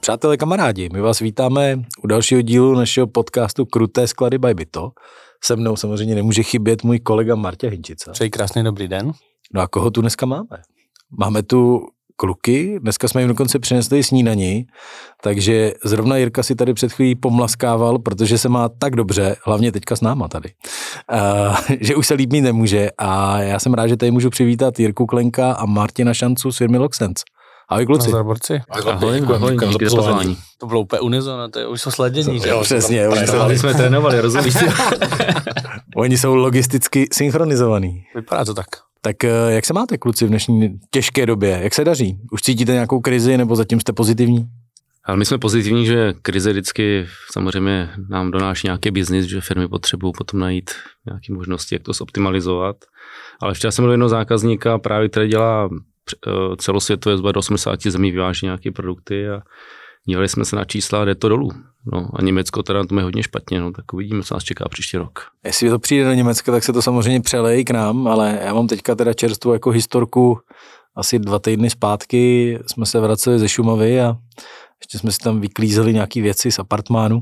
Přátelé, kamarádi, my vás vítáme u dalšího dílu našeho podcastu Kruté sklady by Byto. Se mnou samozřejmě nemůže chybět můj kolega Marta Hinčica. Přeji krásný dobrý den. No a koho tu dneska máme? Máme tu kluky, dneska jsme jim dokonce přinesli snídani, takže zrovna Jirka si tady před chvílí pomlaskával, protože se má tak dobře, hlavně teďka s náma tady, že už se líp mít nemůže a já jsem rád, že tady můžu přivítat Jirku Klenka a Martina Šancu z firmy Loxsense. Ahoj kluci. Nazdar, borci. Ahoj, díky za pozvání. To bylo úplně unizono, to je už jsou sladění. Jo, přesně. My jsme trénovali, rozumíš si? Oni jsou logisticky synchronizovaní. Vypadá to tak. Tak jak se máte, kluci, v dnešní těžké době? Jak se daří? Už cítíte nějakou krizi nebo zatím jste pozitivní? Ale my jsme pozitivní, že krize vždycky samozřejmě nám donáší nějaký biznis, že firmy potřebují potom najít nějaké možnosti, jak to zoptimalizovat. Ale včera jsem byl jednoho zákazníka, právě který dělá celosvětově zhruba do 80 zemí, vyváží nějaké produkty a dívali jsme se na čísla a jde to dolů. No a Německo teda na tom je hodně špatně, no tak uvidíme, co nás čeká příští rok. Jestli to přijde do Německa, tak se to samozřejmě přelejí k nám, ale já mám teďka teda čerstvou jako historku, asi 2 týdny zpátky jsme se vraceli ze Šumavy a ještě jsme si tam vyklízeli nějaký věci z apartmánu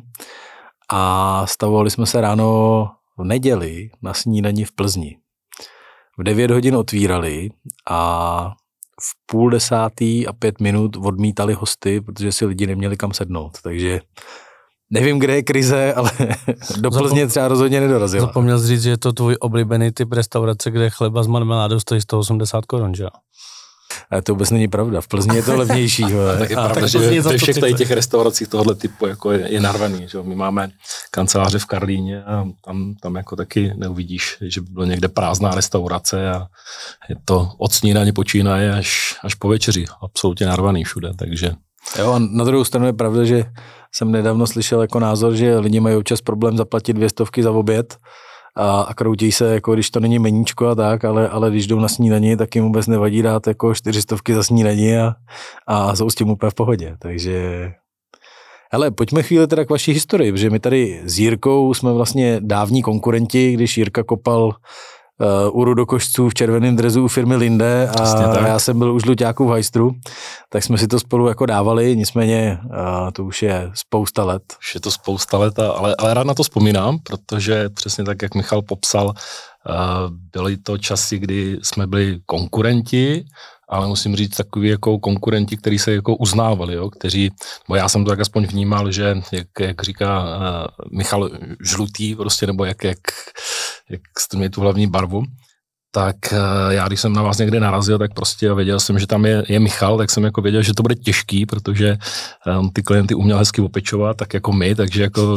a stavovali jsme se ráno v neděli na snídani v Plzni. V 9 hodin otvírali a v 9:30 a 5 minut odmítali hosty, protože si lidi neměli kam sednout, takže nevím, kde je krize, ale do Plzně třeba rozhodně nedorazila. Zapomněl jsi říct, že je to tvůj oblíbený typ restaurace, kde chleba s marmeládou stojí 180 korun, že jo? Ale to vůbec není pravda, v Plzni je to levnější. Tak je pravda, že ve všech tady těch restauracích tohohle typu jako je narvaný. Že? My máme kanceláře v Karlíně a tam jako taky neuvidíš, že by byla někde prázdná restaurace a je to od snídaně počínaje až po večeři. Absolutně narvaný všude, takže... Jo, a na druhou stranu je pravda, že jsem nedávno slyšel jako názor, že lidi mají občas problém zaplatit 200 za oběd a kroutí se, jako když to není meníčko a tak, ale když jdou na snídani, tak jim vůbec nevadí dát jako 400 za snídani a jsou s tím úplně v pohodě, takže... Hele, pojďme chvíli teda k vaší historii, protože my tady s Jirkou jsme vlastně dávní konkurenti, když Jirka kopal u rudokošců v červeném drezu firmy Linde a já jsem byl u žluťáků v hajstru, tak jsme si to spolu jako dávali, nicméně to už je spousta let. Už je to spousta let, ale rád na to vzpomínám, protože přesně tak, jak Michal popsal, byly to časy, kdy jsme byli konkurenti, ale musím říct takový jako konkurenti, kteří se jako uznávali, jo, bo já jsem to tak aspoň vnímal, že jak říká Michal žlutý prostě, nebo jak jste měli tu hlavní barvu, tak já, když jsem na vás někde narazil, tak prostě věděl jsem, že tam je Michal, tak jsem jako věděl, že to bude těžký, protože ty klienty uměl hezky opečovat, tak jako my, takže jako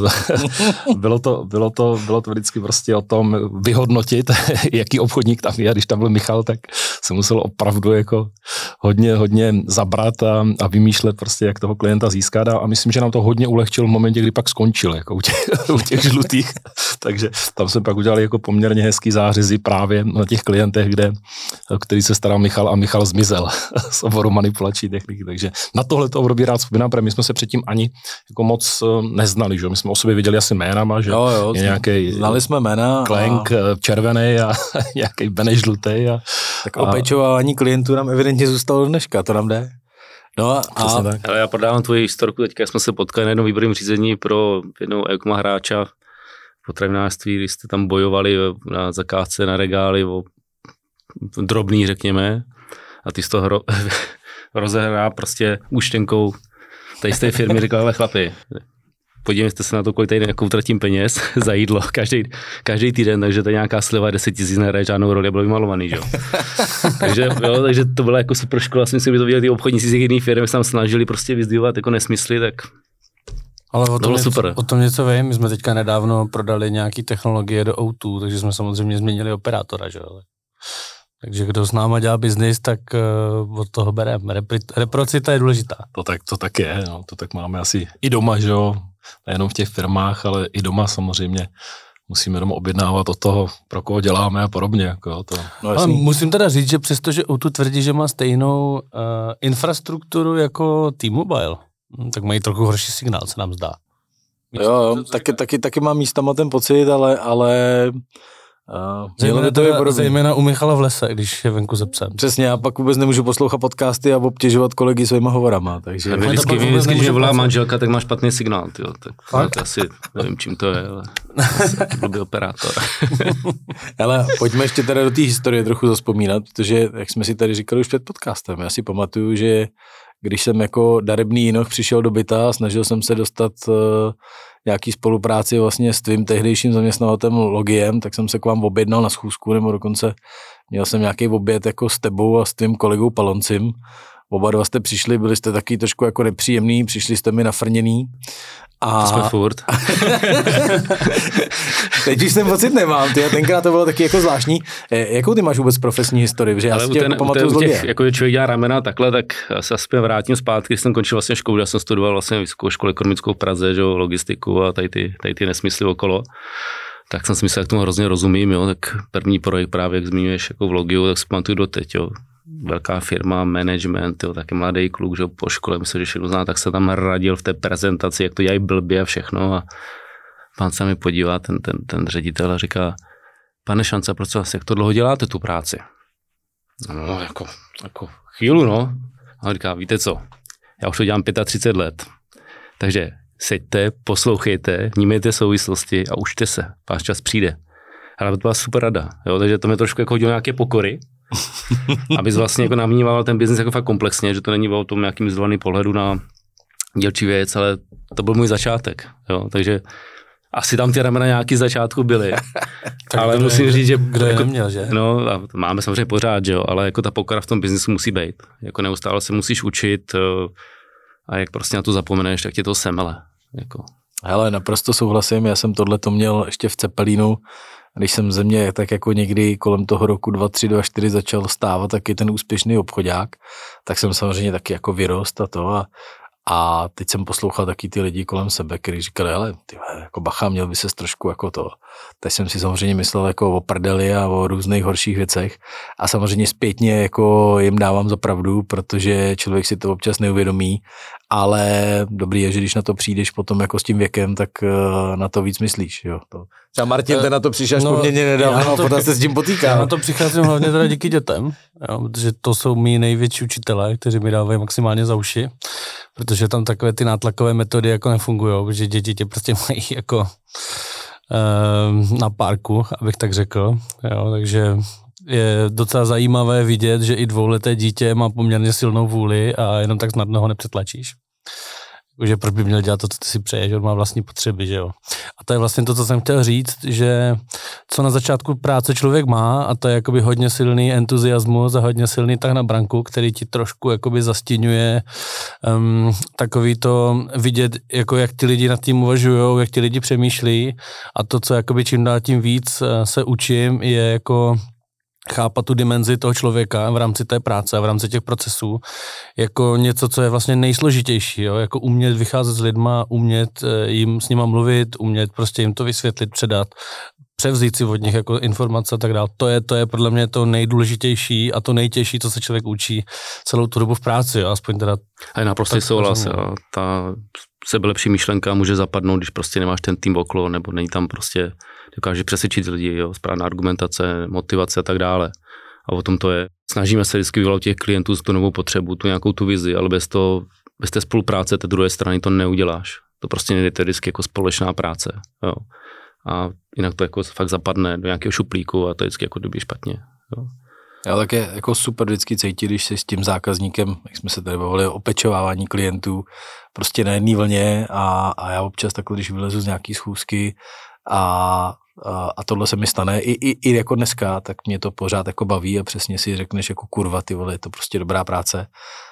bylo to vždycky prostě o tom vyhodnotit, jaký obchodník tam je. Když tam byl Michal, tak se musel opravdu jako hodně zabrat a vymýšlet prostě, jak toho klienta získat a myslím, že nám to hodně ulehčil v momentě, kdy pak skončil, jako u těch žlutých, takže tam jsme pak udělali jako poměrně hezký zářezy právě na těch klientech, který se staral Michal a Michal zmizel z oboru manipulační techniky, takže na tohle to období rád vzpomínám, protože my jsme se předtím ani jako moc neznali, že my jsme o sobě viděli asi jménama, že jo, je nějaký znali jsme jména Klenk červený a nějaký Beneš žlutý. Tak opečování klientů nám evidentně zůstalo dneška, to nám jde. No a tak. Ale já prodávám tvoji historku, teďka jsme se potkali na jednom výborném řízení pro jednou EUKMA hráča v potravinářství, když jste tam bojovali na zakázce, na regály, o drobný, řekněme, a ty z toho rozehrá prostě účtenkou tady z té firmy, říkal, ale chlapi, podívejte se na to, kolik tady jako utratím peněz za jídlo každý týden, takže to je nějaká sleva 10 000 nehraje žádnou roli, bylo vymalovaný, že jo. takže to byla jako super škola, si myslím, že to viděli ty obchodníci z těch jiných firm, se tam snažili prostě vyzdvívat jako nesmysly, tak ale o tom něco vím, my jsme teďka nedávno prodali nějaký technologie do O2, takže jsme samozřejmě změnili operátora, že jo. Takže kdo s náma dělá biznis, tak od toho bereme. Reciprocita je důležitá. To tak je, no. To tak máme asi i doma, že jo, nejenom v těch firmách, ale i doma samozřejmě musíme doma objednávat od toho, pro koho děláme a podobně. Jako to. No, ale musím teda říct, že přestože O2 tvrdí, že má stejnou infrastrukturu jako T-Mobile, tak mají trochu horší signál, se nám zdá. Jo, taky mám místama ten pocit, ale Zejména u Michala v lese, když je venku ze psem. Přesně, já pak vůbec nemůžu poslouchat podcasty a obtěžovat kolegy svýma hovorama. Takže... Vždycky, když mě volá manželka, tak má špatný signál. Tyjo, tak asi nevím, čím to je, ale blbý operátor. Ale pojďme ještě teda do té historie trochu zazpomínat, protože, jak jsme si tady říkali už před podcastem, já si pamatuju, že když jsem jako darebný jinoch přišel do byta a snažil jsem se dostat nějaký spolupráci vlastně s tvým tehdejším zaměstnavatelem Logiem, tak jsem se k vám objednal na schůzku, nebo dokonce měl jsem nějaký oběd jako s tebou a s tvým kolegou Paloncim. Oba dva jste přišli, byli jste taky trošku jako nepříjemný, přišli jste mi nafrněný. A... To jsme furt. Teď už ten pocit nemám, ty, a tenkrát to bylo taky jako zvláštní. Jakou ty máš vůbec profesní historii? Protože já si tě jako pamatuju z Logie. Jako člověk dělá ramena takhle, tak se aspoň vrátím zpátky, když jsem končil vlastně školu, já jsem studoval vlastně vysokou školu ekonomickou v Praze, že, logistiku a tady ty nesmysly okolo. Tak jsem si myslel, jak tomu hrozně rozumím, jo, tak první projekt právě, jak zmiňuješ jako v Logiu, tak si pamatuju doteď, jo. Velká firma, management, jo, taky mladý kluk, že po škole, myslím, že všechno zná, tak se tam radil v té prezentaci, jak to dělají blbě a všechno a pán se mi podívá, ten ředitel a říká, pane Šance, proč vás, jak to dlouho děláte tu práci? No, jako chvíli, no. A on říká, víte co, já už to dělám 35 let, takže seďte, poslouchejte, vnímejte souvislosti a učte se, váš čas přijde. Ale to byla super rada, jo, takže to mě trošku jako hodilo nějaké pokory, abys vlastně jako navníval ten biznis jako fakt komplexně, že to není o tom nějakým zdvojný pohledu na dělčí věc, ale to byl můj začátek, jo, takže asi tam ty ramena nějaký začátku byly, ale musím říct, že... Kdo jako, neměl, že? No, a máme samozřejmě pořád, že jo, ale jako ta pokora v tom biznisu musí být, jako neustále se musíš učit a jak prostě na to zapomeneš, tak tě to semele, jako. Hele, naprosto souhlasím, já jsem tohleto měl ještě v Cepelínu, když jsem ze mě tak jako někdy kolem toho roku 2003, 2004 začal stávat taky ten úspěšný obchodák, tak jsem samozřejmě taky jako vyrost a to a teď jsem poslouchal taky ty lidi kolem sebe, kteří říkali, hele, ty jako bacha, měl by ses trošku jako to. Teď jsem si samozřejmě myslel jako o prdeli a o různých horších věcech a samozřejmě zpětně jako jim dávám za pravdu, protože člověk si to občas neuvědomí, ale dobrý je, že když na to přijdeš potom jako s tím věkem, tak na to víc myslíš, jo. To. Třeba Martin, ten na to přišel až poměrně nedávno a potom se s tím potýká. Já na to přicházím hlavně teda díky dětem, jo, protože to jsou mý největší učitelé, kteří mi dávají maximálně za uši, protože tam takové ty nátlakové metody jako nefungujou, protože děti tě prostě mají jako na párku, abych tak řekl, jo, takže je docela zajímavé vidět, že i dvouleté dítě má poměrně silnou vůli a jenom tak snadno ho nepřetlačíš. Že proč by měl dělat to, co ty si přeješ, on má vlastní potřeby, že jo. A to je vlastně to, co jsem chtěl říct, že co na začátku práce člověk má, a to je jakoby hodně silný entuziasmus a hodně silný tah na branku, který ti trošku jakoby zastíňuje takový to vidět, jako jak ty lidi nad tím uvažujou, jak ti lidi přemýšlí a to, co jakoby čím dál tím víc se učím, je jako chápat tu dimenzi toho člověka v rámci té práce a v rámci těch procesů jako něco, co je vlastně nejsložitější, jo? Jako umět vycházet s lidma, umět jim s nima mluvit, umět prostě jim to vysvětlit, předat, převzít si od nich jako informace a tak dále. To je podle mě to nejdůležitější a to nejtěžší, co se člověk učí celou tu dobu v práci, jo? Aspoň teda... A je naprosto souhlas, jo. Ta sebelepší myšlenka může zapadnout, když prostě nemáš ten tým okolo, nebo není tam prostě, dokáže přesvědčit lidi, jo, správná argumentace, motivace a tak dále. A o tom to je. Snažíme se vždycky vyvolat těch klientů tu novou potřebu, tu nějakou tu vizi, ale bez té spolupráce té druhé strany to neuděláš. To prostě nejde vždycky jako společná práce, jo. A jinak to jako fakt zapadne do nějakého šuplíku a to je vždycky jako době špatně, jo. Já také jako super vždycky cítím, když si s tím zákazníkem, jak jsme se tady bavili o opečovávání klientů, prostě na jedné vlně a já občas takhle, když vylezu z nějaký schůzky a tohle se mi stane i jako dneska, tak mě to pořád jako baví a přesně si řekneš jako kurva, ty vole, je to prostě dobrá práce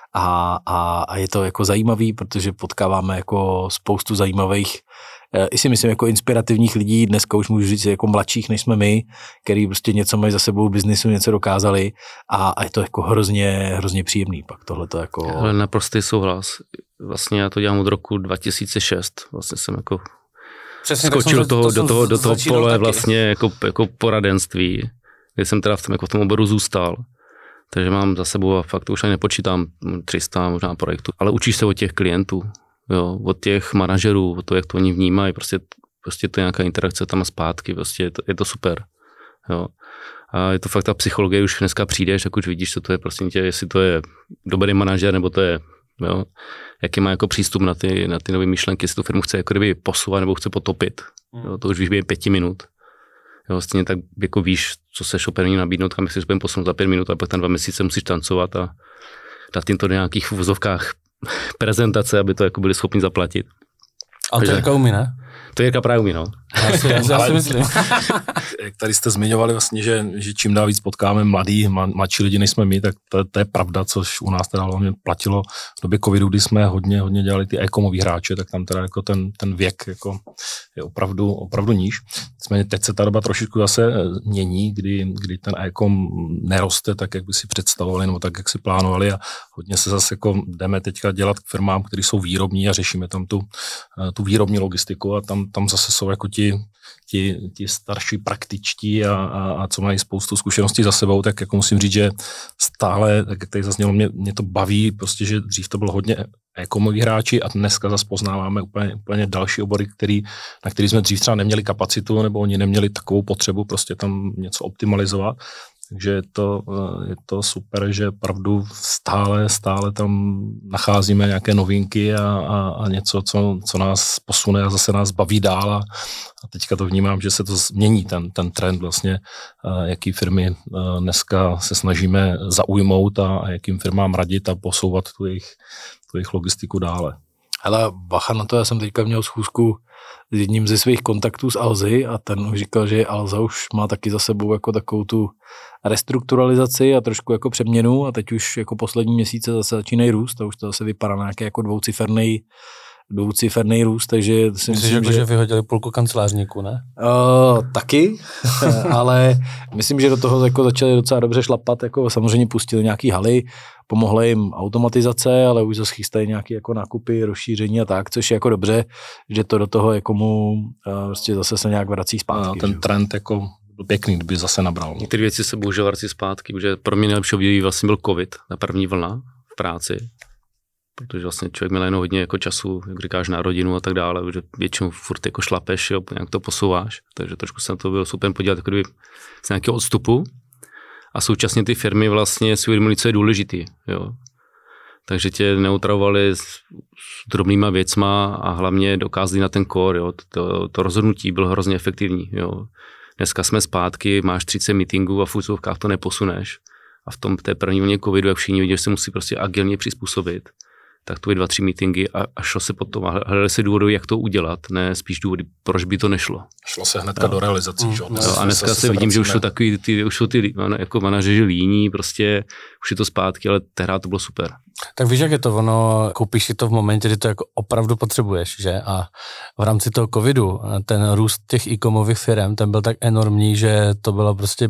a je to jako zajímavý, protože potkáváme jako spoustu zajímavých i si myslím jako inspirativních lidí, dneska už můžu říct jako mladších než jsme my, který prostě něco mají za sebou v biznisu, něco dokázali a je to jako hrozně příjemný pak tohleto jako... Ale naprostý souhlas. Vlastně já to dělám od roku 2006, vlastně jsem jako přesně, skočil do toho pole taky. Vlastně jako poradenství, kde jsem teda v tom oboru zůstal. Takže mám za sebou a fakt už ani nepočítám 300 možná projektů, ale učíš se od těch klientů. Jo, od těch manažerů, od toho, jak to oni vnímají, prostě to je nějaká interakce tam a zpátky, prostě je to super. Jo. A je to fakt ta psychologie, už dneska přijdeš, tak už vidíš, co to je, prosím tě, jestli to je dobrý manažer, nebo to je, jo, jaký má jako přístup na ty nové myšlenky, jestli tu firmu chce jako kdyby posouvat nebo chce potopit. Jo, to už víš během 5 minut. Jo, stejně tak jako víš, co se šoperní nabídnout, kam chceš posunout za 5 minut a pak tam 2 měsíce musíš tancovat a dát jim to do nějakých uvozovkách prezentace, aby to jako byli schopni zaplatit. A to Jirka umí, ne? To Jirka právě umí, no. Já si myslím. Jak tady jste zmiňovali vlastně, že čím dál víc potkáme mladší lidi, než jsme my, tak to je pravda, což u nás teda hlavně platilo v době covidu, kdy jsme hodně dělali ty e-komoví hráče, tak tam teda jako ten věk jako je opravdu níž. Nicméně teď se ta doba trošičku zase mění, kdy ten e-kom neroste tak, jak by si představovali, nebo tak, jak si plánovali a hodně se zase jako jdeme teďka dělat k firmám, které jsou výrobní a řešíme tam tu výrobní logistiku a tam zase jsou jako ti starší praktičtí a co mají spoustu zkušeností za sebou, tak jako musím říct, že stále, tak jak tady zaznělo, mě to baví, prostě, že dřív to bylo hodně e-komoví hráči a dneska zase poznáváme úplně další obory, na který jsme dřív třeba neměli kapacitu nebo oni neměli takovou potřebu prostě tam něco optimalizovat. Takže je to super, že opravdu stále tam nacházíme nějaké novinky a něco, co nás posune a zase nás baví dál a teďka to vnímám, že se to změní, ten trend vlastně, jaký firmy dneska se snažíme zaujmout a jakým firmám radit a posouvat tu jejich logistiku dále. Hele, bacha na to, já jsem teďka měl schůzku s jedním ze svých kontaktů z Alzy a ten už říkal, že Alza už má taky za sebou jako takovou tu restrukturalizaci a trošku jako přeměnu a teď už jako poslední měsíce zase začínají růst a už to zase vypadá na nějaký jako dvouciferný růst, takže si myslím, že vyhodili půlku kancelářníků, ne? Taky, ale myslím, že do toho jako začali docela dobře šlapat, jako samozřejmě pustili nějaký haly, pomohly jim automatizace, ale už zase chystají nějaké jako nákupy, rozšíření a tak, což je jako dobře, že to do toho jako mu prostě zase se nějak vrací zpátky. Ten trend jako byl pěkný, kdyby zase nabral. Některé věci se bohužel vrací zpátky, protože pro mě nejlepší období vlastně byl covid, ta první vlna v práci, protože vlastně člověk měl jenom hodně jako času, jak říkáš, na rodinu a tak dále, protože většinou furt jako šlapeš, jo, nějak to posouváš, takže trošku se na to bylo super podívat jako kdyby z nějakého odstupu a současně ty firmy vlastně si uvědomily, co je důležitý, jo. Takže tě neutravovali s drobnýma věcma a hlavně dokázali na ten core, jo. To rozhodnutí bylo hrozně efektivní, jo. Dneska jsme zpátky, máš 30 meetingů a v úzovkách to neposuneš a v té první vlně covidu, jak všichni viděli, že se musí prostě agilně přizpůsobit, tak to byly 2-3 meetingy a šlo se potom a hledali se důvody, jak to udělat, ne spíš důvody, proč by to nešlo. Šlo se hnedka do realizací, že? A dneska se vidím, že už jsou ty jako manažeři líní, prostě už je to zpátky, ale tehdy to bylo super. Tak víš, jak je to, koupíš si to v momentě, kdy to jako opravdu potřebuješ, že? A v rámci toho covidu ten růst těch e-comových firm, ten byl tak enormní, že to bylo prostě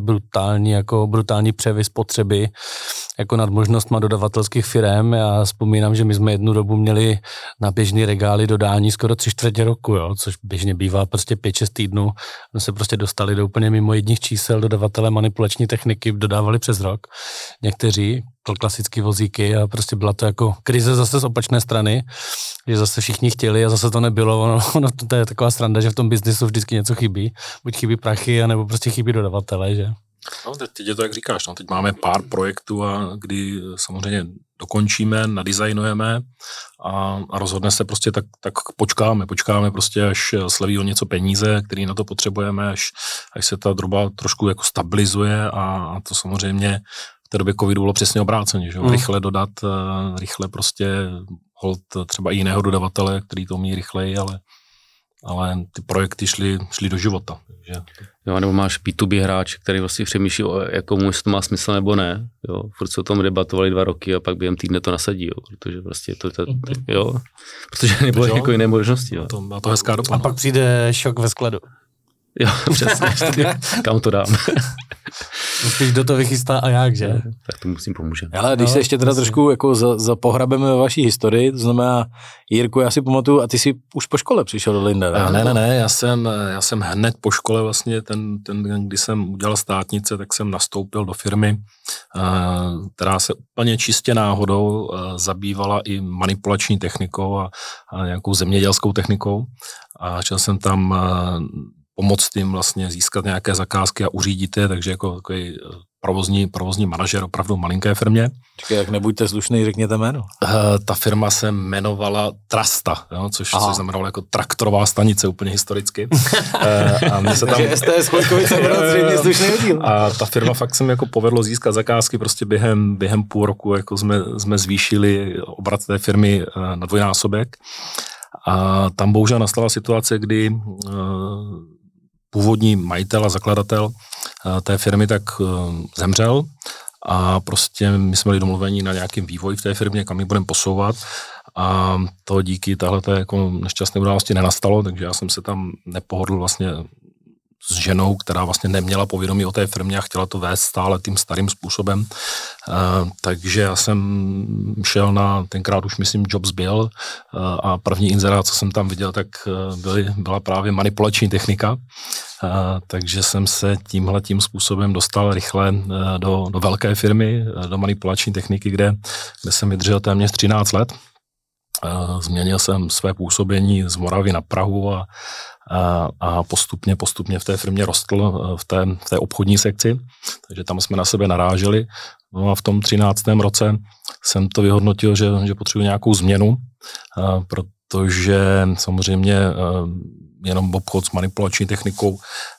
brutální převis potřeby jako nad možnostma dodavatelských firm. Já vzpomínám, že my jsme jednu dobu měli na běžný regály dodání skoro 3/4 roku, jo, což běžně bývá prostě 5-6 týdnů. My se prostě dostali do úplně mimo jedních čísel, dodavatele manipulační techniky dodávali přes rok. Někteří klasický vozíky a prostě byla to jako krize zase z opačné strany, že zase všichni chtěli a zase to nebylo. Ono to je taková sranda, že v tom biznisu vždycky něco chybí. Buď chybí prachy, anebo prostě chybí dodavatele, že? No, teď je to, jak říkáš, teď máme pár projektů, kdy samozřejmě dokončíme, nadizajnujeme a rozhodne se prostě tak počkáme prostě, až sleví o něco peníze, který na to potřebujeme, až se ta droba trošku jako stabilizuje a to samozřejmě v té době covidu bylo přesně obráceně, že rychle dodat, rychle prostě hold třeba i jiného dodavatele, který to umí rychleji, ale ty projekty šly do života. Takže... Jo, nebo máš B2B hráč, který vlastně přemýšlí, jakomu jestli to má smysl nebo ne. Jo, furt se o tom debatovali 2 roky a pak během týdne to nasadí, jo, protože prostě jo, protože nebylo jako jiné možnosti. Jo. Má to hezká doba. A pak přijde šok ve skladu. Jo, přesně. Kam to dám? Musíš do toho vychystá a jak, že? Tak to musím pomůže. Ale když se ještě teda trošku jako pohrabeme ve vaší historii, to znamená, Jirku, já si pamatuju, a ty jsi už po škole přišel do Lindera. Ne, já jsem hned po škole vlastně, když jsem udělal státnice, tak jsem nastoupil do firmy, která se úplně čistě náhodou zabývala i manipulační technikou a nějakou zemědělskou technikou a šel jsem tam pomoct jim vlastně získat nějaké zakázky a uřídit je, takže jako takový provozní manažer opravdu malinké firmě. Čekaj, jak nebuďte slušný, řekněte jméno. Ta firma se jmenovala Trasta, jo, což znamenalo jako traktorová stanice úplně historicky. A mě se tam... Takže STS Chvojkovice byl zřejmě slušný díl. A ta firma fakt se mi jako povedlo získat zakázky, prostě během půl roku jako jsme zvýšili obrat té firmy na dvojnásobek. A tam bohužel nastala situace, kdy původní majitel a zakladatel té firmy tak zemřel a prostě my jsme byli domluveni na nějakým vývoji v té firmě, kam ji budeme posouvat a to díky tahleté jako nešťastné události nenastalo, takže já jsem se tam nepohodl vlastně s ženou, která vlastně neměla povědomí o té firmě a chtěla to vést stále tím starým způsobem. Takže já jsem šel tenkrát už myslím Jobs byl a první inzerát, co jsem tam viděl, tak byla právě manipulační technika. Takže jsem se tímhletím způsobem dostal rychle do velké firmy, do manipulační techniky, kde jsem vydržel téměř 13 let. Změnil jsem své působení z Moravy na Prahu a postupně v té firmě rostl v té obchodní sekci, takže tam jsme na sebe naráželi. No a v tom 13. roce jsem to vyhodnotil, že potřebuji nějakou změnu, protože samozřejmě jenom obchod s manipulační technikou.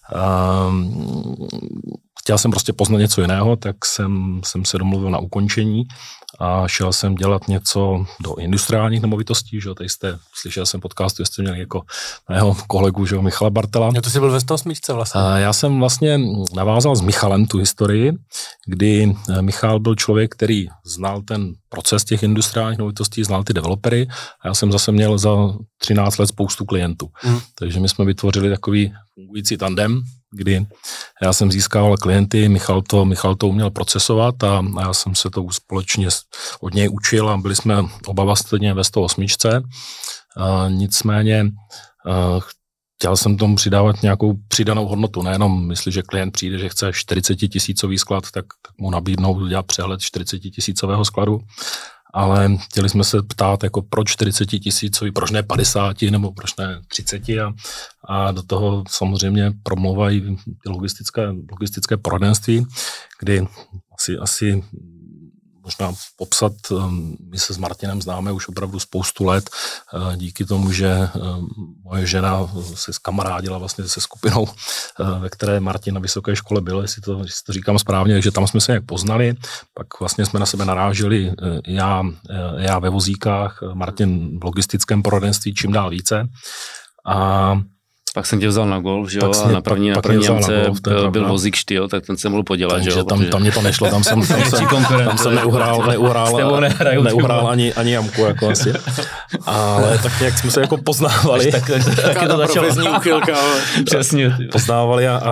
Chtěl jsem prostě poznat něco jiného, tak jsem se domluvil na ukončení a šel jsem dělat něco do industriálních nemovitostí, že tady slyšel jsem podcastu, jestli měli jako mého kolegu, že Michala Bartela. To jsi byl ve 108 vlastně. Já jsem vlastně navázal s Michalem tu historii, kdy Michal byl člověk, který znal ten proces těch industriálních nemovitostí, znal ty developery a já jsem zase měl za 13 let spoustu klientů. Takže my jsme vytvořili takový fungující tandem, kdy já jsem získával klienty, Michal to uměl procesovat a já jsem se to společně od něj učil a byli jsme oba vlastně ve 108. Nicméně chtěl jsem tomu přidávat nějakou přidanou hodnotu, nejenom že klient přijde, že chce 40 000 sklad, tak mu nabídnout dělat přehled 40 000 skladu, ale chtěli jsme se ptát, jako proč 40 000, proč ne 50 nebo proč ne 30 a do toho samozřejmě promlouvají logistické poradenství, kdy asi možná popsat, my se s Martinem známe už opravdu spoustu let, díky tomu, že moje žena se skamarádila vlastně se skupinou, ve které Martin na vysoké škole byl, jestli to říkám správně, takže tam jsme se nějak poznali, pak vlastně jsme na sebe naráželi, já ve vozíkách, Martin v logistickém poradenství čím dál více a pak jsem tě vzal na golf, že jo, a na první jamce byl vozík Štýl, tak ten se mohl podělat, že jo. Tam mě to nešlo, tam jsem neuhrál ani jamku, jako asi. Ale tak nějak jsme se jako poznávali. Tak je to profesní úchylka. Přesně. Poznávali a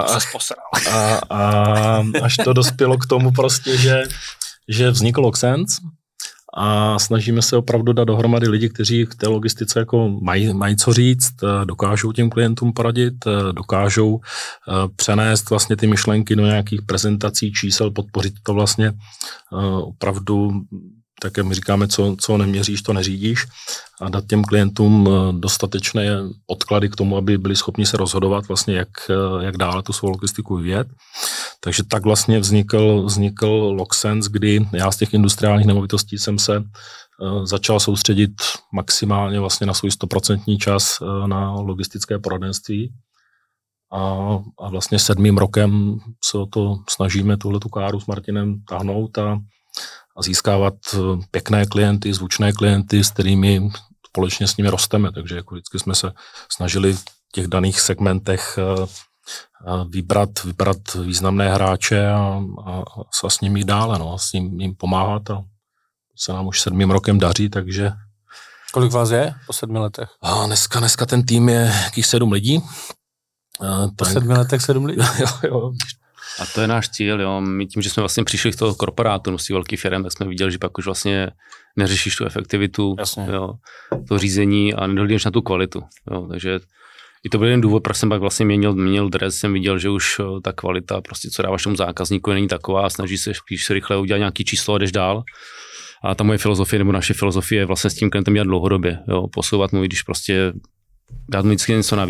až to dospělo k tomu prostě, že vznikl Loxense, a snažíme se opravdu dát dohromady lidi, kteří v té logistice jako mají co říct, dokážou těm klientům poradit, dokážou přenést vlastně ty myšlenky do nějakých prezentací, čísel, podpořit to vlastně opravdu, tak jak my říkáme, co neměříš, to neřídíš a dát těm klientům dostatečné podklady k tomu, aby byli schopni se rozhodovat vlastně, jak dále tu svou logistiku vyvíjet. Takže tak vlastně vznikl Loxense, kdy já z těch industriálních nemovitostí jsem se začal soustředit maximálně vlastně na svůj 100% čas na logistické poradenství. A vlastně 7. rokem se o to snažíme tuhletu káru s Martinem tahnout a získávat pěkné klienty, zvučné klienty, s kterými společně s nimi rosteme. Takže jako vždycky jsme se snažili v těch daných segmentech vybrat významné hráče a s nimi dále, no, a s jim pomáhat a se nám už 7. rokem daří, takže... Kolik vás je po 7 letech? Dneska ten tým je jakých 7 lidí. Po 7 letech 7 lidí? jo. A to je náš cíl, jo. My tím, že jsme vlastně přišli z toho korporátu, z těch velkých firm, tak jsme viděli, že pak už vlastně neřešíš tu efektivitu, jo, to řízení a nedohlídneš na tu kvalitu. Jo. Takže i to byl jeden důvod, proč jsem pak vlastně měnil dres, jsem viděl, že už ta kvalita, prostě co dáváš tomu zákazníku, není taková, snažíš se rychle udělat nějaký číslo a jdeš dál. A ta moje filozofie, nebo naše filozofie je vlastně s tím klientem dělat dlouhodobě, jo, posouvat mu, když prostě dát mu vždycky něco navíc.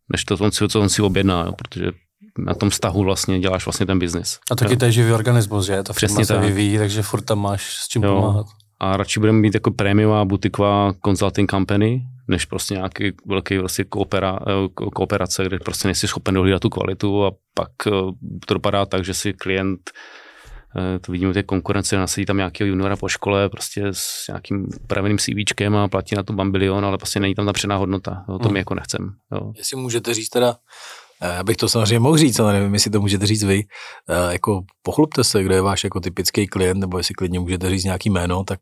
než to, co on si objedná, jo, protože na tom vztahu vlastně děláš vlastně ten biznis. A taky to je živý organismus, že? Ta firma se vyvíjí, takže furt tam máš s čím pomáhat. A radši budeme mít jako prémiová butiková consulting company, než prostě nějaký velký vlastně kooperace, kde prostě nejsi schopen dohlídat tu kvalitu a pak to dopadá tak, že si klient, to vidíme ty konkurence, nasadí tam nějakého juniora po škole prostě s nějakým upraveným CVčkem a platí na to bambilion, ale prostě není tam ta předná hodnota. Jo, to my jako nechcem. Jo. Jestli můžete říct teda, já bych to samozřejmě mohl říct, ale nevím, jestli to můžete říct vy, jako pochlubte se, kdo je váš jako typický klient, nebo jestli klidně můžete říct nějaký jméno, tak...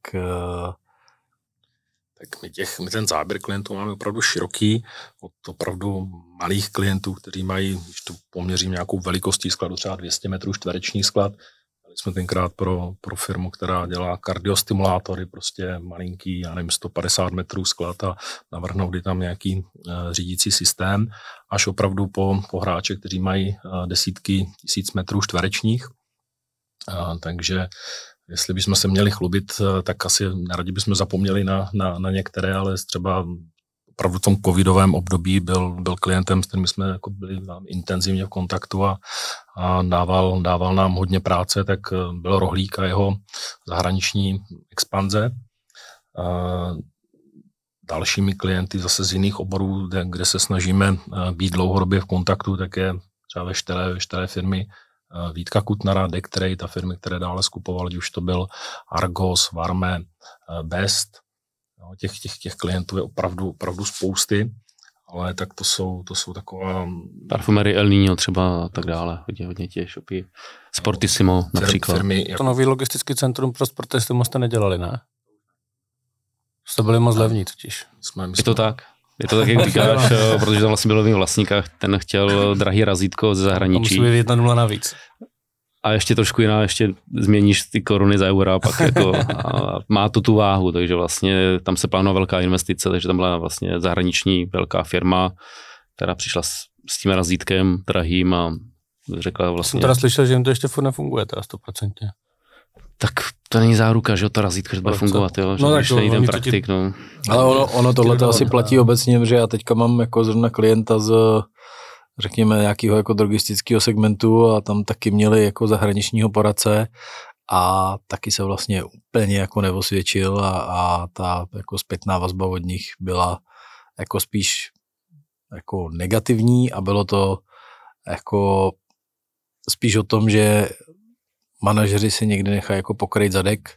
Tak my ten záběr klientů máme opravdu široký, od opravdu malých klientů, kteří mají, když to poměřím nějakou velikostí skladu, třeba 200 metrů čtvereční sklad. Dali jsme tenkrát pro firmu, která dělá kardiostimulátory, prostě malinký, já nevím, 150 metrů sklad a navrhnout je tam nějaký řídící systém, až opravdu po hráče, kteří mají desítky tisíc metrů čtverečních. Takže jestli bychom se měli chlubit, tak asi neradi bychom zapomněli na některé, ale třeba opravdu v tom covidovém období byl klientem, s kterým jsme jako byli intenzivně v kontaktu a dával nám hodně práce, tak byl Rohlík a jeho zahraniční expanze. Dalšími klienty zase z jiných oborů, kde se snažíme být dlouhodobě v kontaktu, tak je třeba veškeré firmy Vítka Kutnara, Decktrade a firmy, které dále skupovali, už to byl Argos, Varme, Best. No, těch klientů je opravdu spousty, ale tak to jsou taková... Parfumery El Niño třeba a tak dále, hodně těch shopy. Sportissimo například. Firmy, jako... To nový logistický centrum pro sportisty jste nedělali, ne? Jste byli moc levní totiž. Je to tak? Je to tak, jak říkáš, protože tam vlastně byl nový vlastník a ten chtěl drahý razítko ze zahraničí. Musí být 1-0 navíc. A ještě trošku jiná, ještě změníš ty koruny za eura, pak jako a má to tu váhu, takže vlastně tam se plánovala velká investice, takže tam byla vlastně zahraniční velká firma, která přišla s tím razítkem drahým a řekla vlastně... Jsem teda slyšel, že jim to ještě furt nefunguje, teda 100%. Tak to není záruka, že to razítko, že bude fungovat, jo, že no, když není ten praktik, no. Ale ono tohle asi platí obecně, že já teďka mám jako zrovna klienta z, řekněme, nějakého jako drogistického segmentu a tam taky měli jako zahraničního poradce a taky se vlastně úplně jako neosvědčil a ta jako zpětná vazba od nich byla jako spíš jako negativní a bylo to jako spíš o tom, že manažeři si někdy nechají jako pokrýt zadek,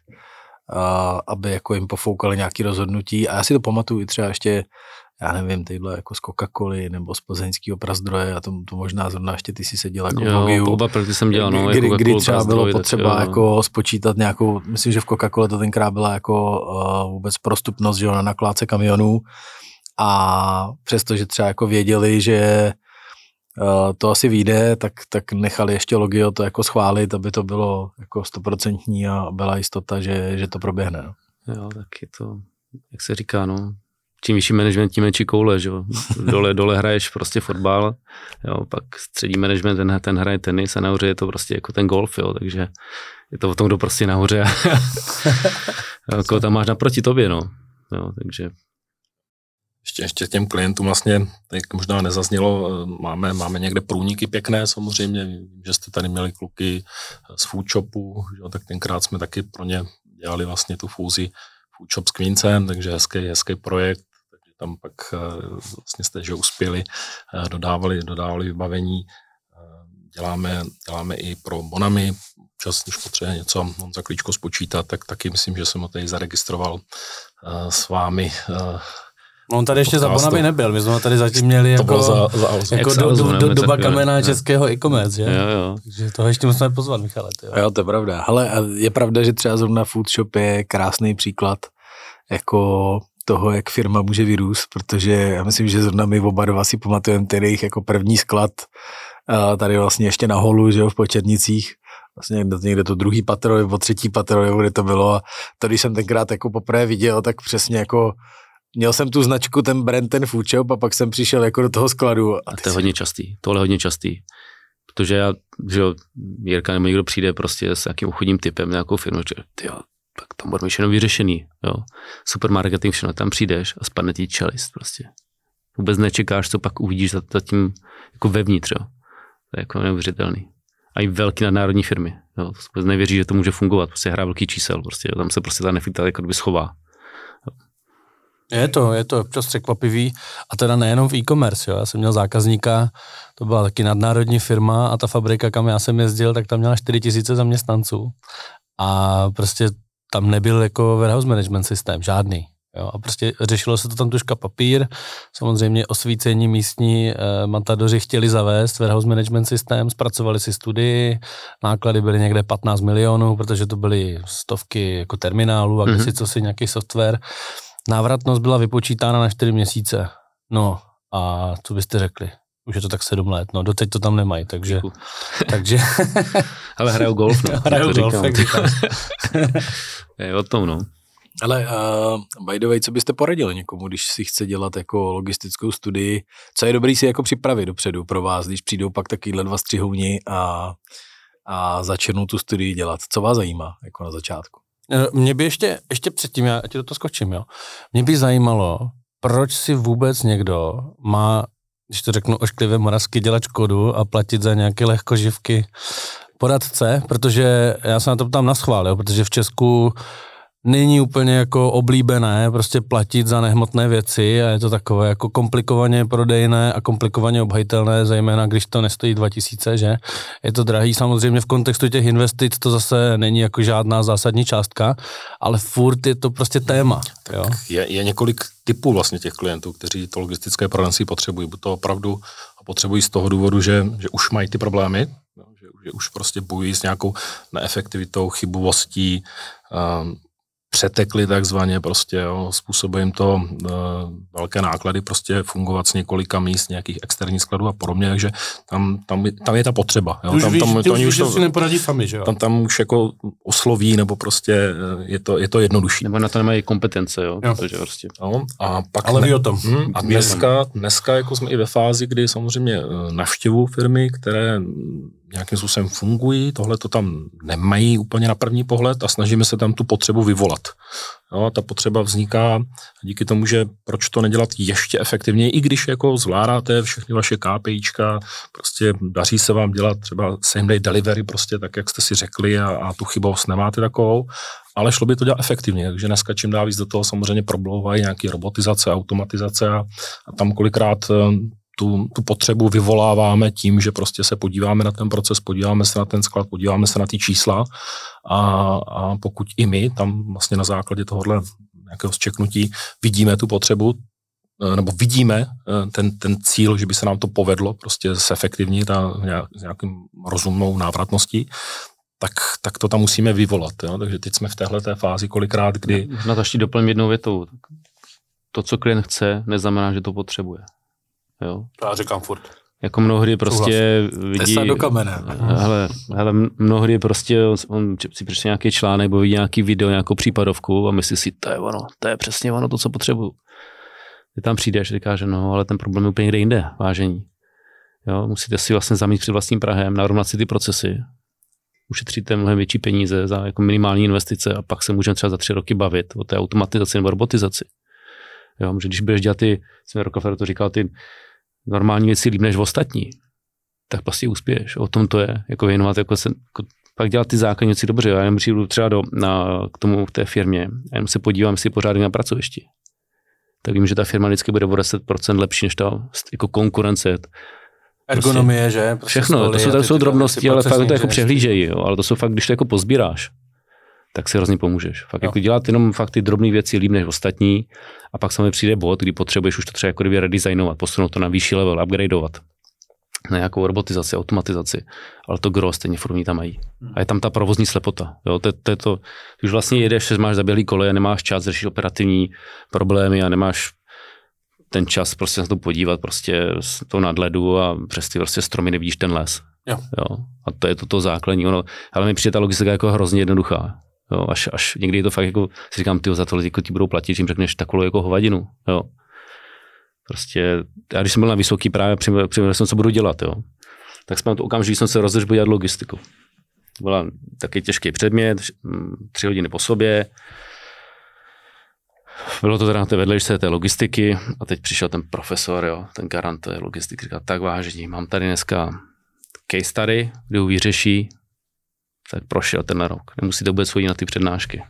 aby jako jim pofoukali nějaké rozhodnutí. A já si to pamatuju i třeba ještě, já nevím, tyhle jako z Coca-Coly nebo z plzeňského Prazdroje a to možná zrovna ještě ty si seděl jako v Logiu. Oba projekty jsem dělal, no. Kdy třeba bylo potřeba jako spočítat nějakou, myslím, že v Coca-Cole to tenkrát byla jako vůbec prostupnost, že jo, na nakládce kamionů a přestože třeba jako věděli, že to asi vyjde, tak nechali ještě Logio to jako schválit, aby to bylo jako 100% a byla jistota, že to proběhne. No. Jo, tak je to, jak se říká, no, čím vyšší management, tím menší koule, že jo. Dole hraješ prostě fotbal, jo, pak střední management, ten hraje tenis a nahoře je to prostě jako ten golf, jo, takže je to o tom, kdo prostě nahoře jako tam máš naproti tobě, no, jo, takže... Ještě těm klientům vlastně, jak možná nezaznělo, máme někde průniky pěkné samozřejmě, vím, že jste tady měli kluky z Food Shopu, že, tak tenkrát jsme taky pro ně dělali vlastně tu fúzi Food Shop s Queencem, takže hezký projekt, takže tam pak vlastně jste, že uspěli, dodávali vybavení, děláme i pro Bonami, čas, když potřebuje něco on za klíčko spočítat, tak taky myslím, že jsem ho tady zaregistroval s vámi. On tady ještě za Bonami nebyl, my jsme tady zatím měli jako doba kamena českého e-commerce, že? Jo. Takže toho ještě musíme pozvat, Michale. Jo, to je pravda. Ale je pravda, že třeba zrovna Food Shop je krásný příklad jako toho, jak firma může vyrůst, protože já myslím, že zrovna my oba dva si pamatujeme ten jejich jako první sklad tady vlastně ještě na holu, že jo, v Počernicích. Vlastně někde to druhý patro nebo třetí patro, kde to bylo a to, když jsem tenkrát jako poprvé viděl, tak přesně jako měl jsem tu značku, ten brand, ten Food Shop a pak jsem přišel jako do toho skladu. A to je hodně častý, tohle hodně častý. Protože já, že jo, Jirka nebo někdo přijde prostě s nějakým obchodním typem, nějakou firmu, že tyjo, tak tam bude všechno vyřešený, jo. Super marketing, všechno, tam přijdeš a spadne ti čelist prostě. vůbec nečekáš, co pak uvidíš za tím jako vevnitř, jo. To je jako neuvěřitelný. A i velké nadnárodní firmy, jo. Vůbec nevěří, že to může fungovat, prostě hra velký čísel, prostě, jo. Tam se prostě ta neefektivita jako kdyby schová. Je to občas překvapivý a teda nejenom v e-commerce, jo. Já jsem měl zákazníka, to byla taky nadnárodní firma a ta fabrika, kam já jsem jezdil, tak tam měla 4000 zaměstnanců a prostě tam nebyl jako warehouse management systém, žádný. Jo, a prostě řešilo se to tam tužka papír, samozřejmě osvícení místní matadoři chtěli zavést warehouse management systém, zpracovali si studii, náklady byly někde 15 milionů, protože to byly stovky jako terminálů a kdysi co si nějaký software. Návratnost byla vypočítána na 4 měsíce. No a co byste řekli? Už je to tak 7 let, no doteď to tam nemají, takže... Ale hrajou golf, no. Hrajou golf, jak říkáš. Je o tom, no. Ale by the way, co byste poradili někomu, když si chce dělat jako logistickou studii? Co je dobrý si jako připravit dopředu pro vás, když přijdou pak takovýhle 2 střihouni a začnou tu studii dělat? Co vás zajímá jako na začátku? Mě by ještě předtím, já ti do toho skočím, jo. Mě by zajímalo, proč si vůbec někdo má, když to řeknu ošklivě moravsky, dělat škodu a platit za nějaké lehkoživky poradce, protože já se na to ptám naschvál, jo, protože v Česku není úplně jako oblíbené prostě platit za nehmotné věci a je to takové jako komplikovaně prodejné a komplikovaně obhajitelné, zejména když to nestojí 2000, že? Je to drahý, samozřejmě v kontextu těch investic to zase není jako žádná zásadní částka, ale furt je to prostě téma. Jo? Je několik typů vlastně těch klientů, kteří to logistické poradenství potřebují. Buď to opravdu potřebují z toho důvodu, že už mají ty problémy, že už prostě bojují s nějakou neefektivitou, chybovostí, přetekli takzvaně prostě, jo, způsobuje jim to velké náklady prostě fungovat s několika míst, nějakých externích skladů a podobně, takže tam je ta potřeba. Jo. Už si neporadí sami, že jo? Tam už jako osloví, nebo prostě je to jednodušší. Nebo na to nemají kompetence, jo. Takže prostě. No, a pak ale ví o tom. A dneska jako jsme i ve fázi, kdy samozřejmě navštěvují firmy, které nějakým způsobem fungují, tohle to tam nemají úplně na první pohled a snažíme se tam tu potřebu vyvolat. Jo, ta potřeba vzniká díky tomu, že proč to nedělat ještě efektivněji, i když jako zvládáte všechny vaše KPIčka, prostě daří se vám dělat třeba same day delivery, prostě tak, jak jste si řekli a tu chybovost nemáte takovou, ale šlo by to dělat efektivně, takže dneska čím dál víc do toho samozřejmě problouvají nějaké robotizace, automatizace a tam kolikrát tu potřebu vyvoláváme tím, že prostě se podíváme na ten proces, podíváme se na ten sklad, podíváme se na ty čísla a pokud i my tam vlastně na základě tohohle nějakého zčeknutí vidíme tu potřebu, nebo vidíme ten cíl, že by se nám to povedlo prostě zefektivnit a s nějakým rozumnou návratností, tak to tam musíme vyvolat. Jo? Takže teď jsme v téhleté fázi kolikrát, kdy... Na to ještě doplním jednou větou. To, co klient chce, neznamená, že to potřebuje. Jo? To já říkám furt. Jako mnohdy prostě vidí... Tesa do kamene. Hele, mnohdy prostě on si přečte nějaký článek, nebo vidí nějaký video, nějakou případovku a myslí si, to je ono, to je přesně ono, to, co potřebuju. Ty tam přijdeš a říkáš, že no, ale ten problém je úplně někde jinde, vážení. Jo? Musíte si vlastně zamít před vlastním prahem, narovnat si ty procesy, ušetříte mnohem větší peníze za jako minimální investice a pak se můžeme třeba za 3 roky bavit o té automatizaci nebo robotizaci. Jo, že když budeš dělat jsem Rockefeller to říkal, ty normální věci líp než ostatní, tak prostě uspěješ. O tom to je, jako věnovat, pak dělat ty základní věci dobře. Já jenom přijdu třeba k té firmě a jenom se podívám, jestli pořádně na pracovišti. Tak vím, že ta firma vždycky bude o 10% lepší než ta jako konkurence. Ergonomie, prostě, že? Prostě všechno, to jsou drobnosti, ale fakt to jako přehlížejí, jo, ale to jsou fakt, když to jako pozbíráš, tak si hrozně pomůžeš. Fakt jako dělat jenom fakt ty drobné věci líp než ostatní a pak samozřejmě přijde bod, kdy potřebuješ už to třeba jako kdyby redesignovat, posunout to na vyšší level, upgradeovat na nějakou robotizaci, automatizaci, ale to gros stejně furt tam mají. A je tam ta provozní slepota. Jo, ty už vlastně jedeš, máš zaběhlý koleje, nemáš čas řešit operativní problémy a nemáš ten čas prostě na to podívat prostě z toho nadhledu a přes ty prostě stromy nevidíš ten les. Jo. A to je to základní. Ale mi přijde ta logistika jako hrozně jednoduchá. Jo, až někdy je to fakt jako, si říkám, za to lidi ti budou platit, že jim řekneš takovou jako hovadinu. Jo. Prostě, já když jsem byl na vysoký právě přemýšlel jsem, co budu dělat, jo. Tak jsem to okamžitě jsem se rozhodl, že budu dělat logistiku. To byl taky těžký předmět, 3 hodiny po sobě. bylo to teda na té vedlejšce té logistiky a teď přišel ten profesor, jo, ten garant té logistiky, říkal, tak vážení, mám tady dneska case study, kdy ho vyřeší, tak prošel ten rok. Nemusíte vůbec chodit na ty přednášky.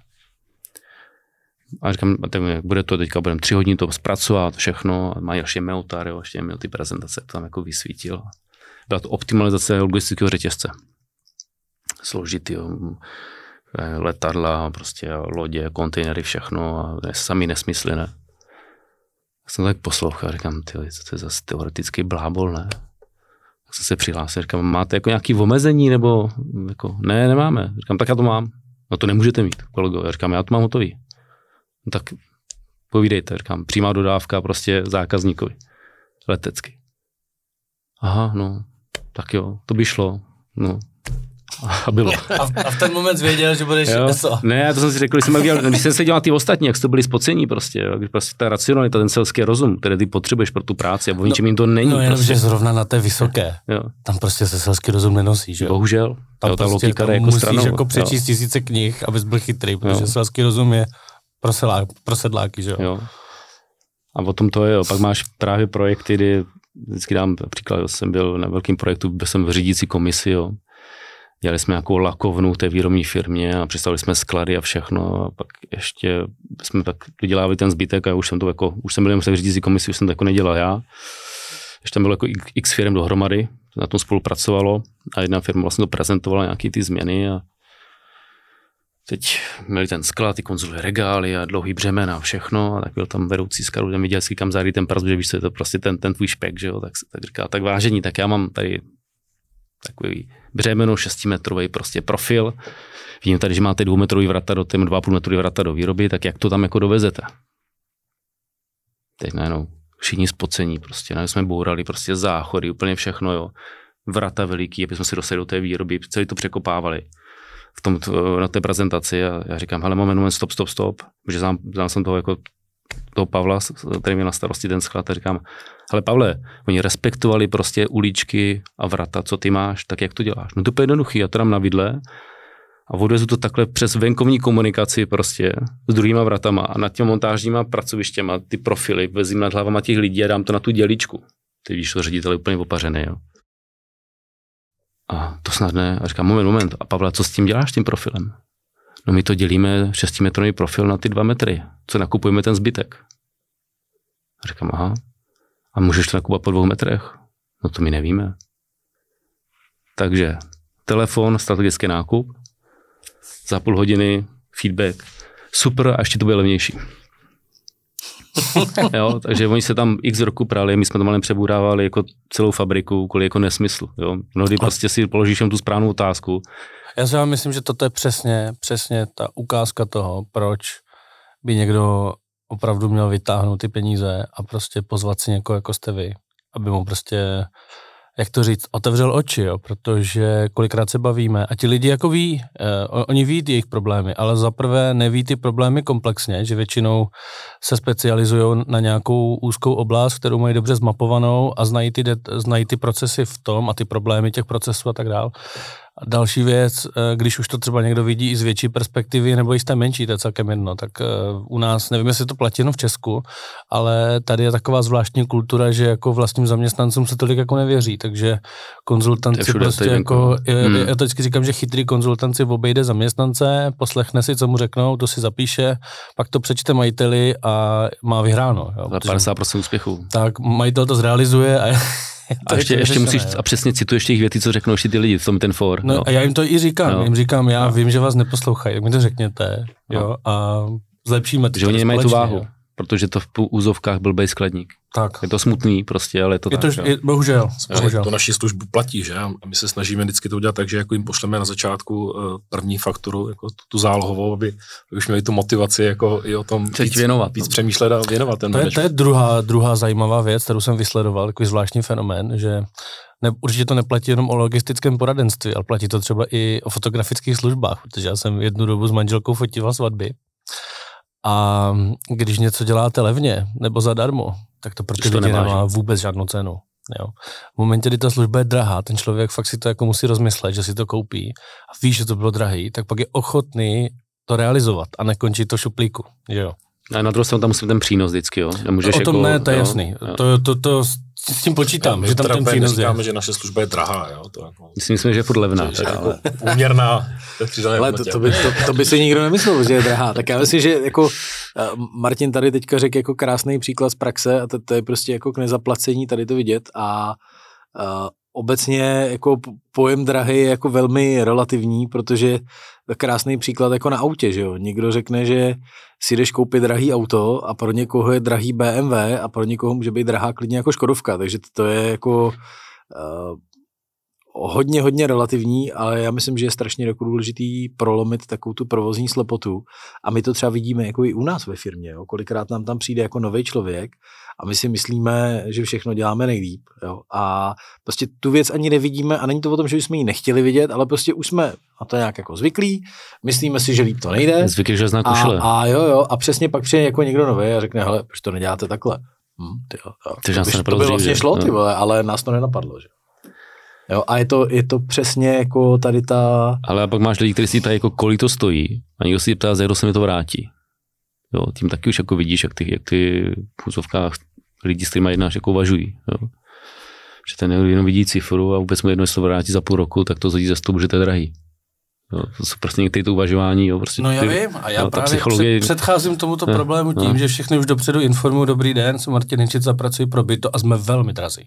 A říkám, bude to teďka, budeme 3 hodiny to zpracovat, všechno, a má ještě meutar, jo, ještě měl ty prezentace, to tam jako vysvítil. Byla to optimalizace logistického řetězce. Složitý, jo, letadla, prostě lodě, kontejnery, všechno a sami nesmysly, ne. Já jsem tak poslouchal, říkám, co to je zase teoretický blábol, ne. Tak jsem se přihlásil, říkám, máte jako nějaké omezení, nebo jako, ne, nemáme. Říkám, tak já to mám. No to nemůžete mít, kolego. Já říkám, já to mám hotový. No tak povídejte, říkám, přímá dodávka prostě zákazníkovi, letecky. Aha, no, tak jo, to by šlo, no. A bylo. A v ten moment věděl, že budeš něco. Ne, to jsem si řekl, když jsem se dělal ty ostatní, jak jste byli spocení prostě, jo, když prostě ta racionalita, ten selský rozum, který ty potřebuješ pro tu práci a o ničem jim to není. No jenom, prostě. že zrovna na té vysoké, jo. Tam prostě se selský rozum nenosí, že jo. Bohužel. Tam jo, ta prostě logika tam jako musíš stranou, jako přečíst 1000 knih, abys byl chytrý, protože selský rozum je pro sedláky, že jo. A o tom to je, jo. Pak máš právě projekty, kdy vždycky dám příklad, jsem byl na velkém projektu, byl jsem v řídící komisi, jo. Dělali jsme nějakou lakovnu v té výrobní firmě a představili jsme sklady a všechno a pak ještě jsme tak dodělávali ten zbytek a už jsem byl v řídící komisi, už jsem to jako nedělal já. Ještě tam bylo jako x firm dohromady, na tom spolupracovalo a jedna firma vlastně to prezentovala nějaký ty změny a teď měli ten sklad, ty konzolové regály a dlouhý břemena a všechno a tak byl tam vedoucí skladu, ten viděl, kam zajít ten pras, že víš, co je to prostě ten tvůj špek, že jo, tak říká, tak vážení, tak já mám tady takový břemeno 6metrový prostě profil. Vidím tady, že máte 2metrový vrata do 2,5metrový vrata do výroby, tak jak to tam jako dovezete? Teď najednou všichni spocení prostě, najednou jsme bourali prostě záchody, úplně všechno, jo. Vrata veliký, aby jsme si dostali do té výroby, celý to překopávali na té prezentaci a já říkám, hele, moment, stop, protože znám jsem toho Pavla, který měl na starosti ten sklad a říkám, hele Pavle, oni respektovali prostě uličky a vrata, co ty máš, tak jak to děláš? No to je jednoduchý, já to dám na vidle a odvezu to takhle přes venkovní komunikaci prostě s druhýma vratama a nad těma montážníma pracovištěma ty profily vezím nad hlavama těch lidí a dám to na tu děličku. Ty víš, to ředitel je úplně opařený, jo. A to snad ne. A říkám, moment. A Pavle, co s tím děláš, tím profilem? No my to dělíme 6metrový profil na ty 2 metry. Co nakupujeme ten zbytek? A říkám, aha. A můžeš to nakupovat po 2 metrech? No to my nevíme. Takže telefon, strategický nákup, za půl hodiny feedback. Super, a ještě to bude levnější. Jo, takže oni se tam x roku prali, my jsme to malem přebůrávali jako celou fabriku kvůli jako nesmyslu. Jo. Mnohdy prostě si položíš tu správnou otázku. Já si vám myslím, že toto je přesně ta ukázka toho, proč by někdo opravdu měl vytáhnout ty peníze a prostě pozvat si někoho, jako jste vy, aby mu prostě, jak to říct, otevřel oči, jo, protože kolikrát se bavíme a ti lidi jako ví, oni ví ty jejich problémy, ale zaprvé neví ty problémy komplexně, že většinou se specializují na nějakou úzkou oblast, kterou mají dobře zmapovanou a znají ty procesy v tom a ty problémy těch procesů a tak dál. A další věc, když už to třeba někdo vidí i z větší perspektivy nebo i z té menší, to je celkem jedno, tak u nás, nevím, jestli to platí jenom v Česku, ale tady je taková zvláštní kultura, že jako vlastním zaměstnancům se tolik jako nevěří, takže konzultanci prostě jako, já to vždycky říkám, že chytrý konzultant si obejde zaměstnance, poslechne si, co mu řeknou, to si zapíše, pak to přečte majiteli a má vyhráno. Jo, 50% úspěchů. Tak majitel to zrealizuje a a ještě musíš, a přesně cituješ těch věty, co řeknou ještě ty lidi, co mi ten for. No a já jim to i říkám, já vím, že vás neposlouchají, tak mi to řekněte, jo, a zlepšíme to. Že oni nemají tu váhu, protože to v úzovkách blbej skladník. Tak. Je to smutný prostě, ale je to tak. Bohužel. To naši službu platí, že? A my se snažíme vždycky to udělat tak, že jako jim pošleme na začátku první fakturu, jako tu zálohovou, aby už měli tu motivaci jako i o tom víc přemýšlet a věnovat ten to je druhá zajímavá věc, kterou jsem vysledoval, takový zvláštní fenomén, že určitě to neplatí jenom o logistickém poradenství, ale platí to třeba i o fotografických službách, protože já jsem jednu dobu s manželkou fotil svatby. A když něco děláte levně nebo zadarmo, tak to pro ty lidi nemá vůbec žádnou cenu. Jo. V momentě, kdy ta služba je drahá, ten člověk fakt si to jako musí rozmyslet, že si to koupí a ví, že to bylo drahý, tak pak je ochotný to realizovat a nekončí to šuplíku. Jo. A na druhou stranu tam musí ten přínos vždycky, jo. Nemůžeš o tom jako, ne, to je jasný. To s tím počítám, že tam ten přínos je. Říkáme, že naše služba je drahá, jo. To jako, myslím, že je furt levná. Jako úměrná. Ale to by si nikdo nemyslel, že je drahá. Tak já myslím, že jako Martin tady teďka řekl jako krásný příklad z praxe a to je prostě jako k nezaplacení tady to vidět a obecně jako pojem drahý je jako velmi relativní, protože krásný příklad jako na autě, že jo. Někdo řekne, že si jdeš koupit drahý auto a pro někoho je drahý BMW a pro někoho může být drahá klidně jako Škodovka, takže to je jako hodně relativní, ale já myslím, že je strašně jako důležitý prolomit takovou tu provozní slepotu a my to třeba vidíme jako i u nás ve firmě, jo. Kolikrát nám tam přijde jako nový člověk a my si myslíme, že všechno děláme nejlíp, jo. A prostě tu věc ani nevidíme a není to o tom, že bychom ji nechtěli vidět, ale prostě už jsme na to nějak jako zvyklí, myslíme si, že líp to nejde. Zvyklí, že zná košile. A jo, a přesně pak přijde jako někdo nový a řekne, hele, proč to neděláte takhle? To by vlastně šlo, ty vole, ale nás to nenapadlo, že? Jo, a je to přesně jako tady ta... Ale pak máš lidi, kteří si ptají, jako kolik to stojí a někdo si ptá, za kdo se mi to vrátí. Jo, tím taky už jako vidíš, jak ty v úzovkách lidi, s kterými jednáš, jako uvažují. Jo. Že ten jenom vidí cifru a vůbec mu jedno, jestli to vrátí za půl roku, tak to zhodí za stůl, že to je drahý. Jo, to jsou prostě některé to uvažování. Jo, prostě no já vím a já právě předcházím tomuto problému tím, že všechny už dopředu informují, dobrý den, jsem Martin Hinčic, pracuji pro Byto a jsme velmi drazí.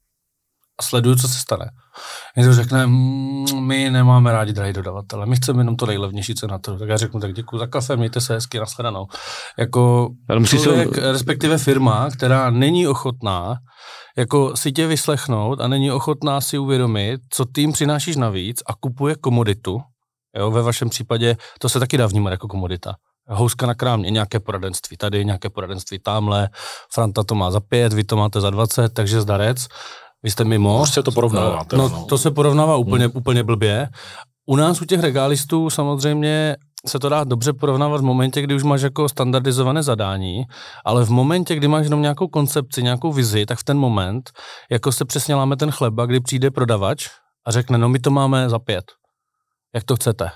A sleduju, co se stane. Někdo řekne, my nemáme rádi drahý dodavatele, my chceme jenom to nejlevnější, co na to. Tak já řeknu, tak děkuji za kafe, mějte se hezky, nashledanou. Jako člověk, respektive firma, která není ochotná jako si tě vyslechnout a není ochotná si uvědomit, co ty jim přinášíš navíc a kupuje komoditu, jo, ve vašem případě to se taky dá vnímat jako komodita. Houska na krámě, nějaké poradenství tady, nějaké poradenství tamhle, Franta to má za 5, vy to máte za 20, takže zdarec. Vy jste mimo. Prostě to porovnáváte. No, to se porovnává úplně blbě. U nás, u těch regálistů, samozřejmě se to dá dobře porovnávat v momentě, kdy už máš jako standardizované zadání, ale v momentě, kdy máš jenom nějakou koncepci, nějakou vizi, tak v ten moment, jako se přesně láme ten chleba, kdy přijde prodavač a řekne, no my to máme za 5. Jak to chcete?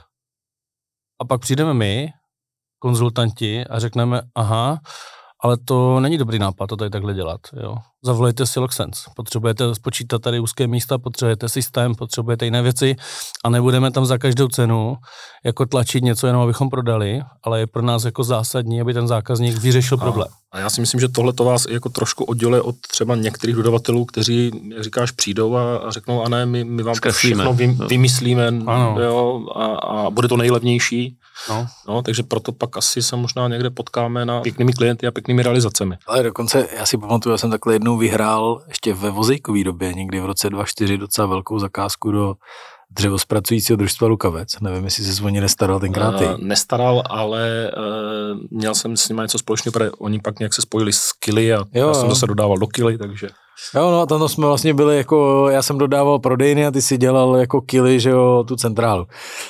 A pak přijdeme my, konzultanti, a řekneme, aha, ale to není dobrý nápad to tady takhle dělat. Jo. Zavolejte si Loxsense. Potřebujete spočítat tady úzké místa, potřebujete systém, potřebujete jiné věci a nebudeme tam za každou cenu jako tlačit něco jenom, abychom prodali, ale je pro nás jako zásadní, aby ten zákazník vyřešil problém. A já si myslím, že tohle to vás jako trošku odděluje od třeba některých dodavatelů, kteří, jak říkáš, přijdou a řeknou, a ne, my vám všechno vymyslíme, jo, a bude to nejlevnější. No, takže proto pak asi se možná někde potkáme na pěknými klienty a pěknými realizacemi. Ale dokonce, já si pamatuju, já jsem takhle jednou vyhrál ještě ve vozejkové době, někdy v roce 2004 docela velkou zakázku do dřevospracujícího družstva Lukavec. Nevím, jestli se o ně nestaral tenkrát ty. Nestaral, ale měl jsem s nimi něco společného, protože oni pak nějak se spojili s Kily a já jsem zase dodával do Kily, takže... Jo, no a tam jsme vlastně byli jako, já jsem dodával prodejny a ty si dělal jako Kily, že jo, tu centrálu.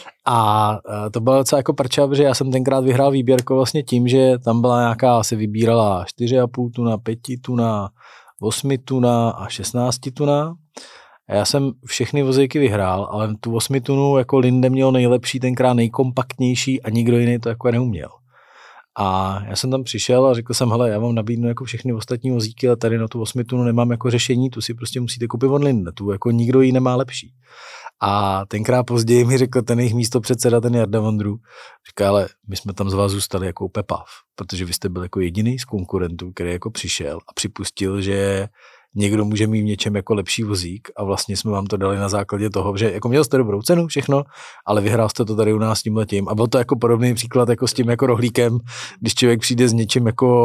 A to bylo docela jako prča, protože já jsem tenkrát vyhrál výběrko vlastně tím, že tam byla nějaká, se vybírala 4,5 tuna, 5 tuna, 8 tuna a 16 tuna. A já jsem všechny vozejky vyhrál, ale tu 8 tunu jako Linde měl nejlepší, tenkrát nejkompaktnější a nikdo jiný to jako neuměl. A já jsem tam přišel a řekl jsem, hele, já vám nabídnu jako všechny ostatní vozíky, ale tady na tu 8 tunu nemám jako řešení, tu si prostě musíte koupit od Linde, tu jako nikdo ji nemá lepší. A tenkrát později mi řekl ten jejich místopředseda, ten Jarda Vondru, říká, ale my jsme tam z vás zůstali jako Pepav, protože vy jste byl jako jediný z konkurentů, který jako přišel a připustil, že někdo může mít v něčem jako lepší vozík a vlastně jsme vám to dali na základě toho, že jako měl jste dobrou cenu, všechno, ale vyhrál jste to tady u nás tímhletím. A byl to jako podobný příklad jako s tím jako rohlíkem, když člověk přijde s něčím jako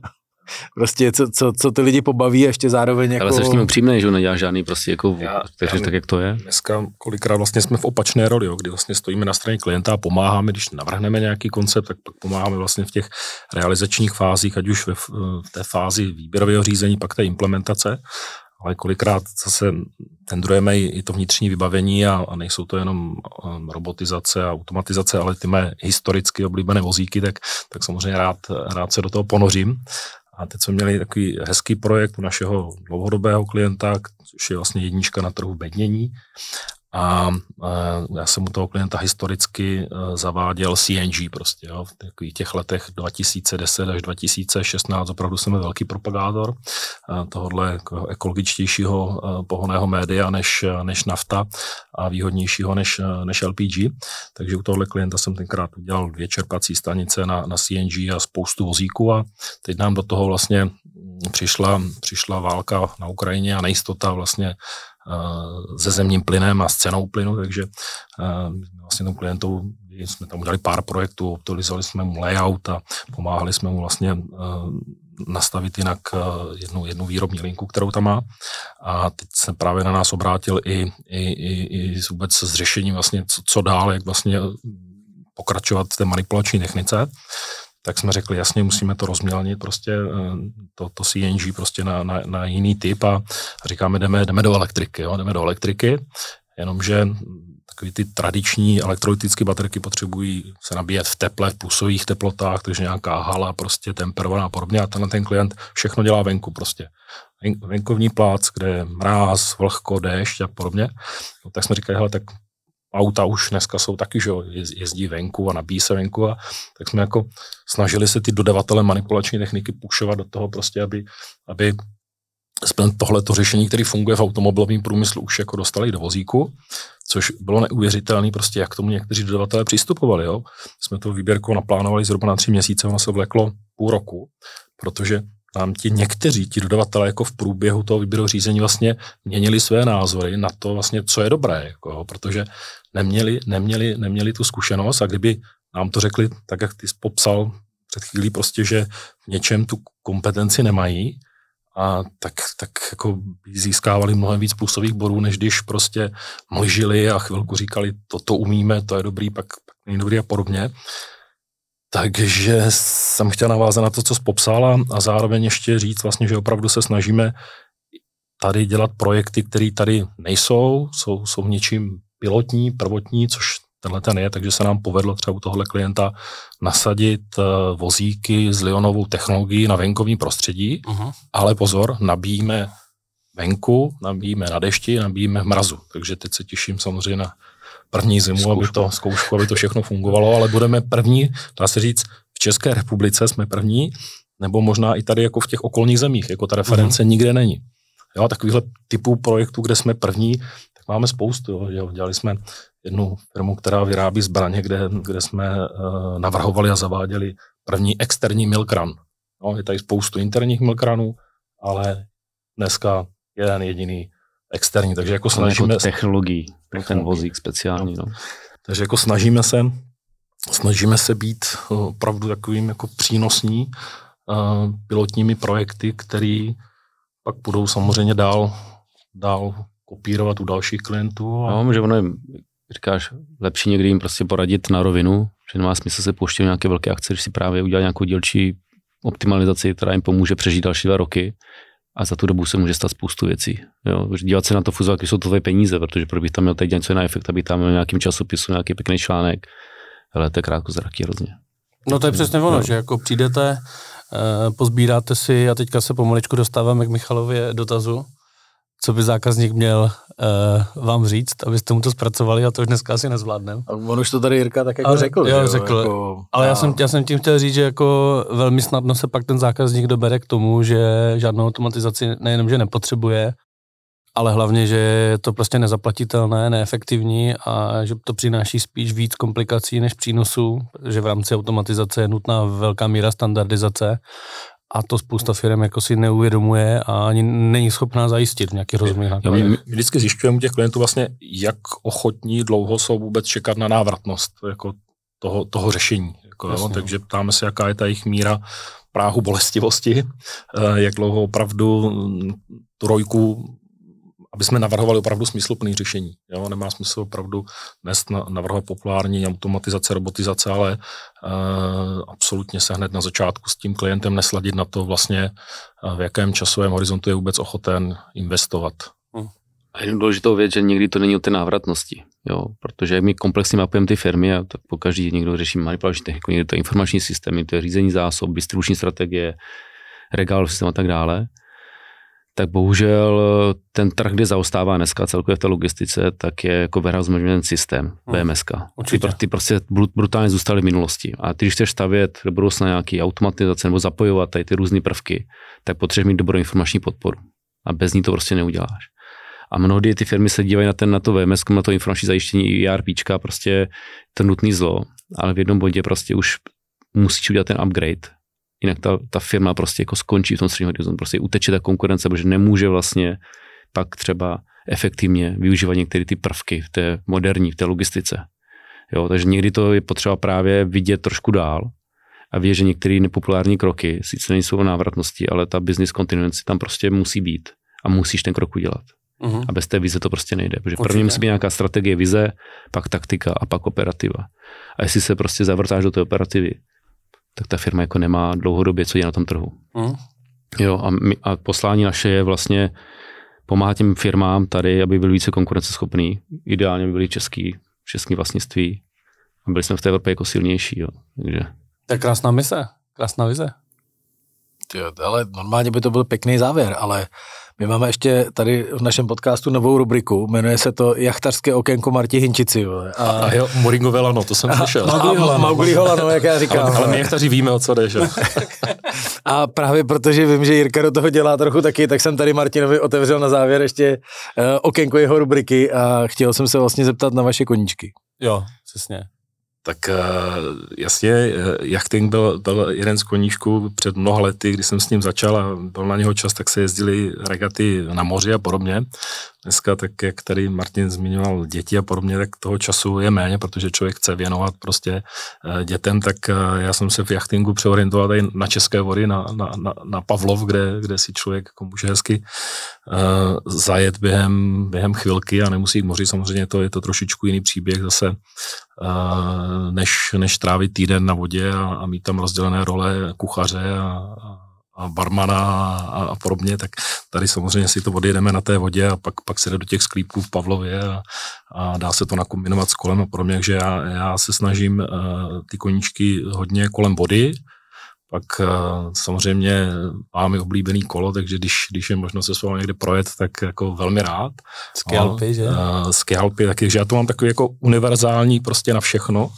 prostě co ty lidi pobaví a ještě zároveň jako... Ale jsi s tím upřímnej, že neděláš žádný prostě jako, tak jak to je. Dneska kolikrát vlastně jsme v opačné roli, jo, kdy vlastně stojíme na straně klienta a pomáháme, když navrhneme nějaký koncept, tak pak pomáháme vlastně v těch realizačních fázích, ať už v té fázi výběrového řízení, pak té implementace, ale kolikrát zase tendrujeme i to vnitřní vybavení a nejsou to jenom robotizace a automatizace, ale ty mé historicky oblíbené vozíky, tak samozřejmě rád se do toho ponořím. A teď jsme měli takový hezký projekt u našeho dlouhodobého klienta, což je vlastně jednička na trhu v bednění. A já jsem u toho klienta historicky zaváděl CNG prostě, jo, v takových těch letech 2010 až 2016, opravdu jsem byl velký propagátor tohohle ekologičtějšího pohonného média než nafta a výhodnějšího než LPG. Takže u tohohle klienta jsem tenkrát udělal 2 čerpací stanice na CNG a spoustu vozíků a teď nám do toho vlastně přišla válka na Ukrajině a nejistota vlastně se zemním plynem a s cenou plynu, takže vlastně tomu klientovi jsme tam udělali pár projektů, optimalizovali jsme mu layout a pomáhali jsme mu vlastně nastavit jinak jednu výrobní linku, kterou tam má. A teď se právě na nás obrátil i vůbec s řešením vlastně, co dál, jak vlastně pokračovat v té manipulační technice. Tak jsme řekli, jasně, musíme to rozmělnit prostě to CNG prostě na jiný typ a říkáme, jdeme do elektriky, jo, jdeme do elektriky, jenomže takový ty tradiční elektrolytické baterky potřebují se nabíjet v teple, v plusových teplotách, takže nějaká hala prostě temperovaná a podobně a ten klient všechno dělá venku prostě. Venkovní plác, kde je mráz, vlhko, déšť a podobně. No, tak jsme říkali, hele, tak auta už dneska jsou taky, že jezdí venku a nabíjí se venku a tak jsme jako snažili se ty dodavatele manipulační techniky pušovat do toho prostě, aby tohleto řešení, který funguje v automobilovém průmyslu, už jako dostali do vozíku, což bylo neuvěřitelné prostě, jak k tomu někteří dodavatelé přistupovali, jo. Jsme to výběrkou naplánovali zhruba na 3 měsíce, ono se vleklo půl roku, protože tam někteří dodavatelé jako v průběhu toho výběrového řízení vlastně měnili své názory na to vlastně, co je dobré, jako, protože neměli tu zkušenost a kdyby nám to řekli, tak jak ty jsi popsal před chvílí prostě, že v něčem tu kompetenci nemají a tak jako získávali mnohem víc plusových bodů, než když prostě mlžili a chvilku říkali, to umíme, to je dobrý, pak není dobrý a podobně. Takže jsem chtěl navázat na to, co jsi popsala a zároveň ještě říct vlastně, že opravdu se snažíme tady dělat projekty, které tady nejsou, jsou něčím pilotní, prvotní, což tenhle ten je, takže se nám povedlo třeba u tohle klienta nasadit vozíky s Lionovou technologií na venkovním prostředí, ale pozor, nabíjíme venku, nabíjíme na dešti, nabíjíme v mrazu, takže teď se těším samozřejmě na první zimu, aby to všechno fungovalo, ale budeme první, dá se říct, v České republice jsme první, nebo možná i tady jako v těch okolních zemích, jako ta reference nikde není. Jo, takovýchhle typů projektů, kde jsme první, tak máme spoustu. Jo. Dělali jsme jednu firmu, která vyrábí zbraně, kde jsme navrhovali a zaváděli první externí milkran. No, je tady spoustu interních milkranů, ale dneska jeden jediný externí, takže jako snažíme... Jako technologií, ten vozík speciální, no. Takže jako snažíme se být opravdu takovým jako přínosní pilotními projekty, který pak budou samozřejmě dál kopírovat u dalších klientů. No, že ono je, říkáš, lepší někdy jim prostě poradit na rovinu, že nemá smysl se pouštět nějaké velké akce, když si právě udělá nějakou dílčí optimalizaci, která jim pomůže přežít další 2 roky. A za tu dobu se může stát spoustu věcí. Jo? Dívat se na to fuzovat, když jsou to tvoje peníze, protože bych tam měl teď něco na efekt, aby tam měl nějakým časopisu, nějaký pěkný článek, ale to je krátkozraký hrozně. No to je přesně ono, že jako přijdete, pozbíráte si a teďka se pomaličku dostáváme k Michalově dotazu, co by zákazník měl vám říct, abyste mu to zpracovali a to už dneska asi nezvládneme. On už to tady Jirka tak jako řekl. Jo, řekl. Jako, ale já jsem tím chtěl říct, že jako velmi snadno se pak ten zákazník dobere k tomu, že žádnou automatizaci nejenom, že nepotřebuje, ale hlavně, že je to prostě nezaplatitelné, neefektivní a že to přináší spíš víc komplikací než přínosů, že v rámci automatizace je nutná velká míra standardizace a to spousta firm jako si neuvědomuje a ani není schopná zajistit v nějakých rozumných nákladech. My vždycky zjišťujeme u těch klientů vlastně, jak ochotní dlouho jsou vůbec čekat na návratnost jako toho řešení. Jako, jasně, takže ptáme se, jaká je ta jejich míra práhu bolestivosti, jak dlouho opravdu tu rojku, aby jsme navrhovali opravdu smysluplný řešení. Jo? Nemá smysl opravdu dnes navrhovat populární automatizace, robotizace, ale absolutně se hned na začátku s tím klientem nesladit na to vlastně, v jakém časovém horizontu je vůbec ochoten investovat. A jednou důležitou věc, že někdy to není o té návratnosti, jo? Protože jak my komplexně mapujeme ty firmy, a tak pokaždý někdo řeší manipulační techniku, někdo to je informační systémy, to je řízení zásob, distribuční strategie, regál systém a tak dále, tak bohužel ten trh, kde zaostává dneska celkově v té logistice, tak je jako warehouse management systém, VMS. Ty prostě brutálně zůstaly v minulosti. A ty, když chceš stavět do budoucna nějaký automatizace nebo zapojovat tady ty různé prvky, tak potřebuješ mít dobrou informační podporu. A bez ní to prostě neuděláš. A mnohdy ty firmy se dívají na to VMS, na to informační zajištění ERPčka, prostě to nutný zlo, ale v jednom bodě prostě už musíš udělat ten upgrade. Jinak ta firma prostě jako skončí v tom středním horizontu, prostě uteče ta konkurence, protože nemůže vlastně pak třeba efektivně využívat některé ty prvky v té moderní, v té logistice. Jo, takže někdy to je potřeba právě vidět trošku dál a vědět, že některé nepopulární kroky sice nejsou o návratnosti, ale ta business continuity tam prostě musí být a musíš ten krok udělat. A bez té vize to prostě nejde, protože první musí být nějaká strategie, vize, pak taktika a pak operativa. A jestli se prostě zavrtáš do té operativy, tak ta firma jako nemá dlouhodobě co dělat na tom trhu. Jo, a poslání naše je vlastně pomáhat těm firmám tady, aby byli více konkurenceschopný. Ideálně by byli český vlastnictví a byli jsme v té Evropě jako silnější. Jo. Takže. To je krásná mise, krásná vize. Ale normálně by to byl pěkný závěr, ale my máme ještě tady v našem podcastu novou rubriku, jmenuje se to Jachtařské okénko Marti Hinčici. A jo, Moringové lano, to jsem slyšel. Maugliho lano, jak já říkám. Ale my jachtaři víme, o co jde, že? A právě protože vím, že Jirka do toho dělá trochu taky, tak jsem tady Martinovi otevřel na závěr ještě okénko jeho rubriky a chtěl jsem se vlastně zeptat na vaše koníčky. Jo, přesně. Tak jasně, jachting byl jeden z koníčků před mnoha lety, kdy jsem s ním začal a byl na něho čas, tak se jezdili regaty na moři a podobně. Dneska, tak jak tady Martin zmiňoval děti a podobně, tak toho času je méně, protože člověk chce věnovat prostě dětem, tak já jsem se v jachtingu přeorientoval tady na české vody, na Pavlov, kde si člověk jako může hezky zajet během chvilky a nemusí jít k moři. Samozřejmě je to trošičku jiný příběh zase, než trávit týden na vodě a mít tam rozdělené role kuchaře a barmana a podobně, tak tady samozřejmě si to odjedeme na té vodě a pak se jde do těch sklípků v Pavlově a dá se to nakombinovat s kolem a podobně, takže já se snažím ty koníčky hodně kolem vody, pak samozřejmě máme oblíbený kolo, takže když je možnost se s vámi někde projet, tak jako velmi rád. Ski Alpy, že? Ski Alpy, takže já to mám takový jako univerzální prostě na všechno,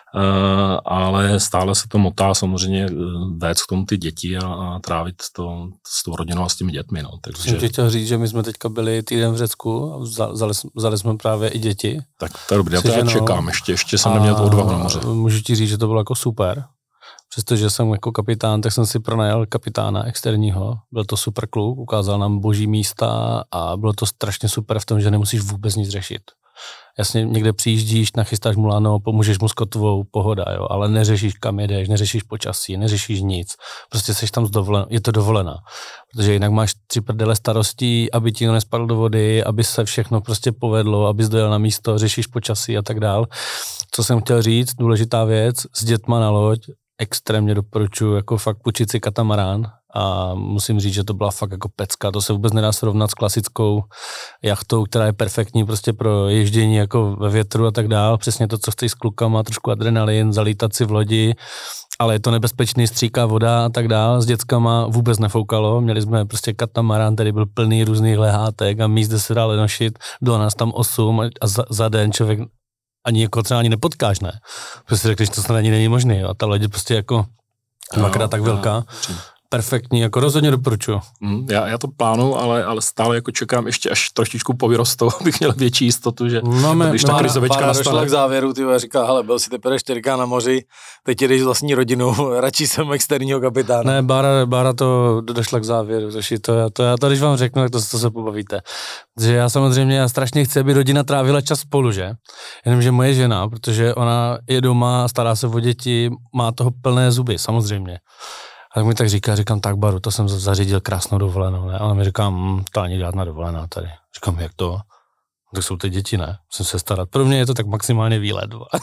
ale stále se to motá samozřejmě vést k tomu ty děti a trávit to s tou rodinou a s těmi dětmi. No. Takže... Jsem ti chtěl říct, že my jsme teďka byli týden v Řecku a vzali jsme právě i děti. Tak to je dobrý, já čekám, ještě jsem neměl to odvahu na moře. Můžu ti říct, že to bylo jako super. Přestože jsem jako kapitán, tak jsem si pronajal kapitána externího. Byl to super kluk, ukázal nám boží místa a bylo to strašně super v tom, že nemusíš vůbec nic řešit. Jasně, někde přijíždíš, nachystáš mu lano, pomůžeš mu s kotvou, pohoda, jo, ale neřešíš, kam jedeš, neřešíš počasí, neřešíš nic. Prostě seš tam je to dovolená. Protože jinak máš 3 prdele starostí, aby ti to nespadlo do vody, aby se všechno prostě povedlo, abys dojel na místo, řešíš počasí a tak dál. Co jsem chtěl říct, důležitá věc, s dětma na loď, extrémně doporučuji jako fakt půjčit si katamarán a musím říct, že to byla fakt jako pecka, to se vůbec nedá srovnat s klasickou jachtou, která je perfektní prostě pro ježdění jako ve větru a tak dál, přesně to, co chceš s klukama, trošku adrenalin, zalítat si v lodi, ale je to nebezpečný, stříká voda a tak dál, s dětskama vůbec nefoukalo, měli jsme prostě katamarán, který byl plný různých lehátek a míst, kde se dá lenošit, bylo nás tam 8 a za den člověk ani jako třeba ani nepotkáš, ne? Prostě řekneš, to snad ani není možný, jo? A ta loď je prostě jako dvakrát tak velká. Perfektní, jako rozhodně doporučuji. Já to plánuju, ale stále jako čekám ještě až trošičku povyrostou, abych měl větší jistotu, že když ta krizovečka nastane. Došla k závěru, ty říká, hele, byl si teprve 4K na moři, teď jdeš s vlastní rodinou, radši jsem externího kapitána. Ne, Bára to došla k závěru, já to když vám řeknu, tak to se pobavíte. Že já strašně chci, aby rodina trávila čas spolu, že? Jenomže moje žena, protože ona je doma, stará se o děti, má toho plné zuby, samozřejmě. A tak mi tak říkám, tak Baru, to jsem zařídil krásnou dovolenou, ne? Ale mi říkám, to ani žádná dovolená tady. Říkám, jak to? Tak jsou ty děti, ne? Musím se starat. Pro mě je to tak maximálně výlet.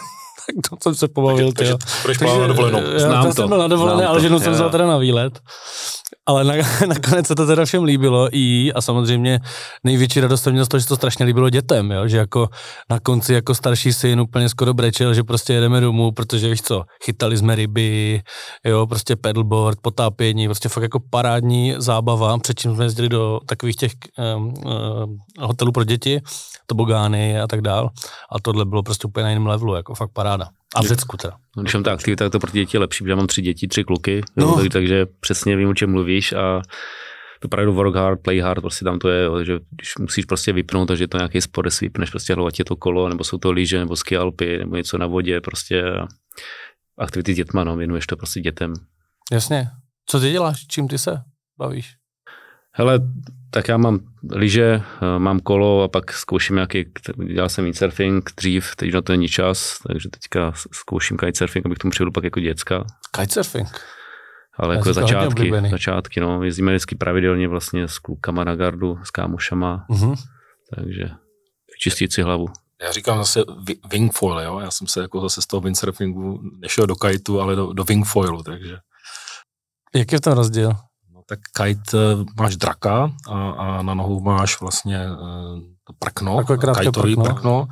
to jsem se pobavil. Takže budeš plánovat na dovolenou. Já jsem byl na dovolené, ale ženu jsem vzal teda na výlet. Ale nakonec se to teda všem líbilo a samozřejmě největší radost jsem měl z toho, že to strašně líbilo dětem, jo? Že jako na konci jako starší syn úplně skoro brečel, že prostě jedeme domů, protože víš co, chytali jsme ryby, jo, prostě paddleboard, potápění, prostě fakt jako parádní zábava, předtím jsme jezdili do takových těch hotelů pro děti, tobogány a tak dál a tohle bylo prostě úplně na jiném levelu, jako fakt paráda. A v Řecku teda. Když mám ta aktivita, tak to pro ty děti je lepší, protože já mám 3 děti, 3 kluky, takže přesně vím, o čem mluvíš a to právě work hard, play hard, prostě tam to je, že když musíš prostě vypnout, takže je to nějaký sport, si vypneš prostě ať je to kolo, nebo jsou to lyže, nebo ski alpy, nebo něco na vodě, prostě aktivity s dětma, no, věnuješ to prostě dětem. Jasně. Co ty děláš? Čím ty se bavíš? Hele, tak já mám lyže, mám kolo a pak zkouším dělal jsem windsurfing dřív, teď na to není čas, takže teďka zkouším kitesurfing, abych tomu přijel pak jako děcka. Kitesurfing? Ale jako začátky, no, jezdíme vždycky pravidelně vlastně s klukama na gardu, s kámošama, takže čistit si hlavu. Já říkám zase wingfoil, jo, já jsem se jako zase z toho windsurfingu nešel do kiteu, ale do wingfoilu, takže. Jak je ten rozdíl? Tak kite máš draka a na nohu máš vlastně to prkno, kiteový prkno,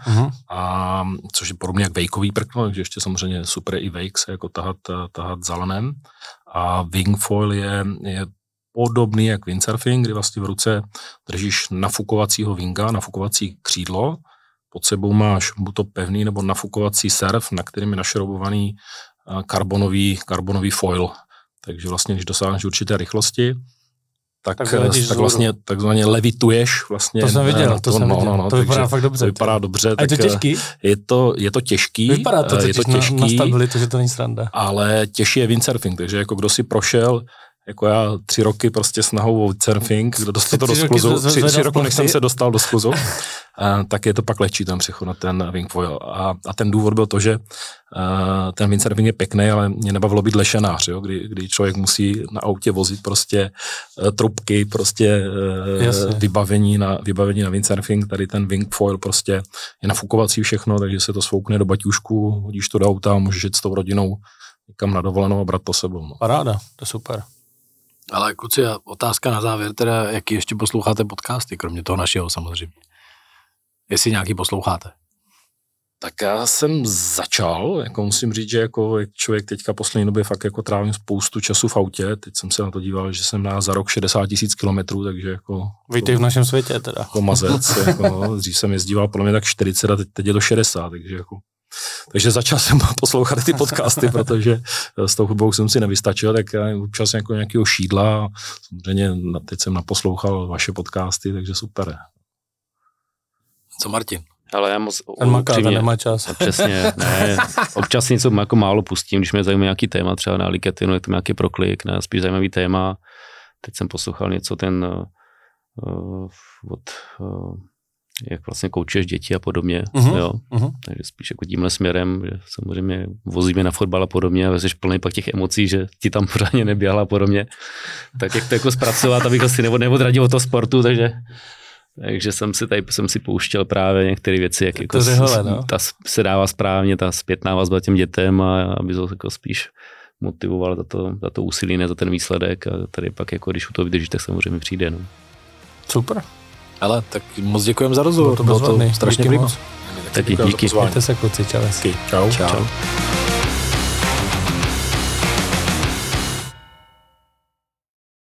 a což je podobně jak wakeový prkno, takže ještě samozřejmě super i wake se jako tahat za lanem. A wingfoil je podobný jak windsurfing, kdy vlastně v ruce držíš nafukovacího winga, nafukovací křídlo, pod sebou máš buď to pevný nebo nafukovací surf, na kterým je našroubovaný karbonový foil. Takže vlastně, když dosáhneš určité rychlosti, tak vlastně takzvaně levituješ vlastně. To jsem viděl, to vypadá fakt dobře. To vypadá dobře. A je to těžký? Je to těžký. Vypadá to těžký. Na stabilitu, že to není sranda. Ale těžší je windsurfing, takže jako kdo si prošel, jako já 3 roky prostě snahou windsurfing, kdo dostal to do skluzu, 3 roky, než jsem se dostal do skluzu, tak je to pak lehčí ten přechod na ten wingfoil. A ten důvod byl to, že ten windsurfing je pěkný, ale mě nebavilo být lešenář, jo? Kdy člověk musí na autě vozit prostě trubky, prostě vybavení na windsurfing, tady ten wingfoil prostě je nafukovací všechno, takže se to svoukne do baťušku, hodíš to do auta a můžeš jít s tou rodinou někam na dovolenou a brát to sebou. No. Paráda, to je super. Ale kluci, otázka na závěr, teda, jaký ještě posloucháte podcasty, kromě toho našeho samozřejmě. Jestli nějaký posloucháte. Tak já jsem začal, jako musím říct, že jako člověk teďka poslední době fakt jako trávím spoustu času v autě, teď jsem se na to díval, že jsem na za rok 60 000 kilometrů, takže jako... Vítej v našem světě teda. Jako mazec, jako, dřív jsem jezdíval podle mě tak 40 a teď je to 60, takže jako... Takže začal jsem poslouchat ty podcasty, protože s tou hudbou jsem si nevystačil, tak já občas jako nějakého šídla, samozřejmě teď jsem naposlouchal vaše podcasty, takže super. Co Martin? Ale já moc upřímně, nemá čas. Přesně, ne. Občas něco jako málo pustím, když mě zajímá nějaký téma, třeba na LinkedInu, je to nějaký proklik, ne, spíš zajímavý téma. Teď jsem poslouchal něco jak vlastně koučuješ děti a podobně, jo. Takže spíš jako tímhle směrem, že samozřejmě vozíme na fotbal a podobně a jsi plný pak těch emocí, že ti tam pořádně neběhla a podobně. Tak jak to jako zpracovat, abych asi neodradil od toho sportu, takže jsem si pouštěl právě některé věci, jak jako ta se dává správně, ta zpětná vazba těm dětem a aby to jako spíš motivoval za to úsilí, ne za ten výsledek a tady pak jako když u toho vydržíš, tak samozřejmě přijde. No. Super. Ale tak moc děkujeme za rozhovor. Bylo to strašně přímo. Taky díky. Mějte se kluci, čau. Čau.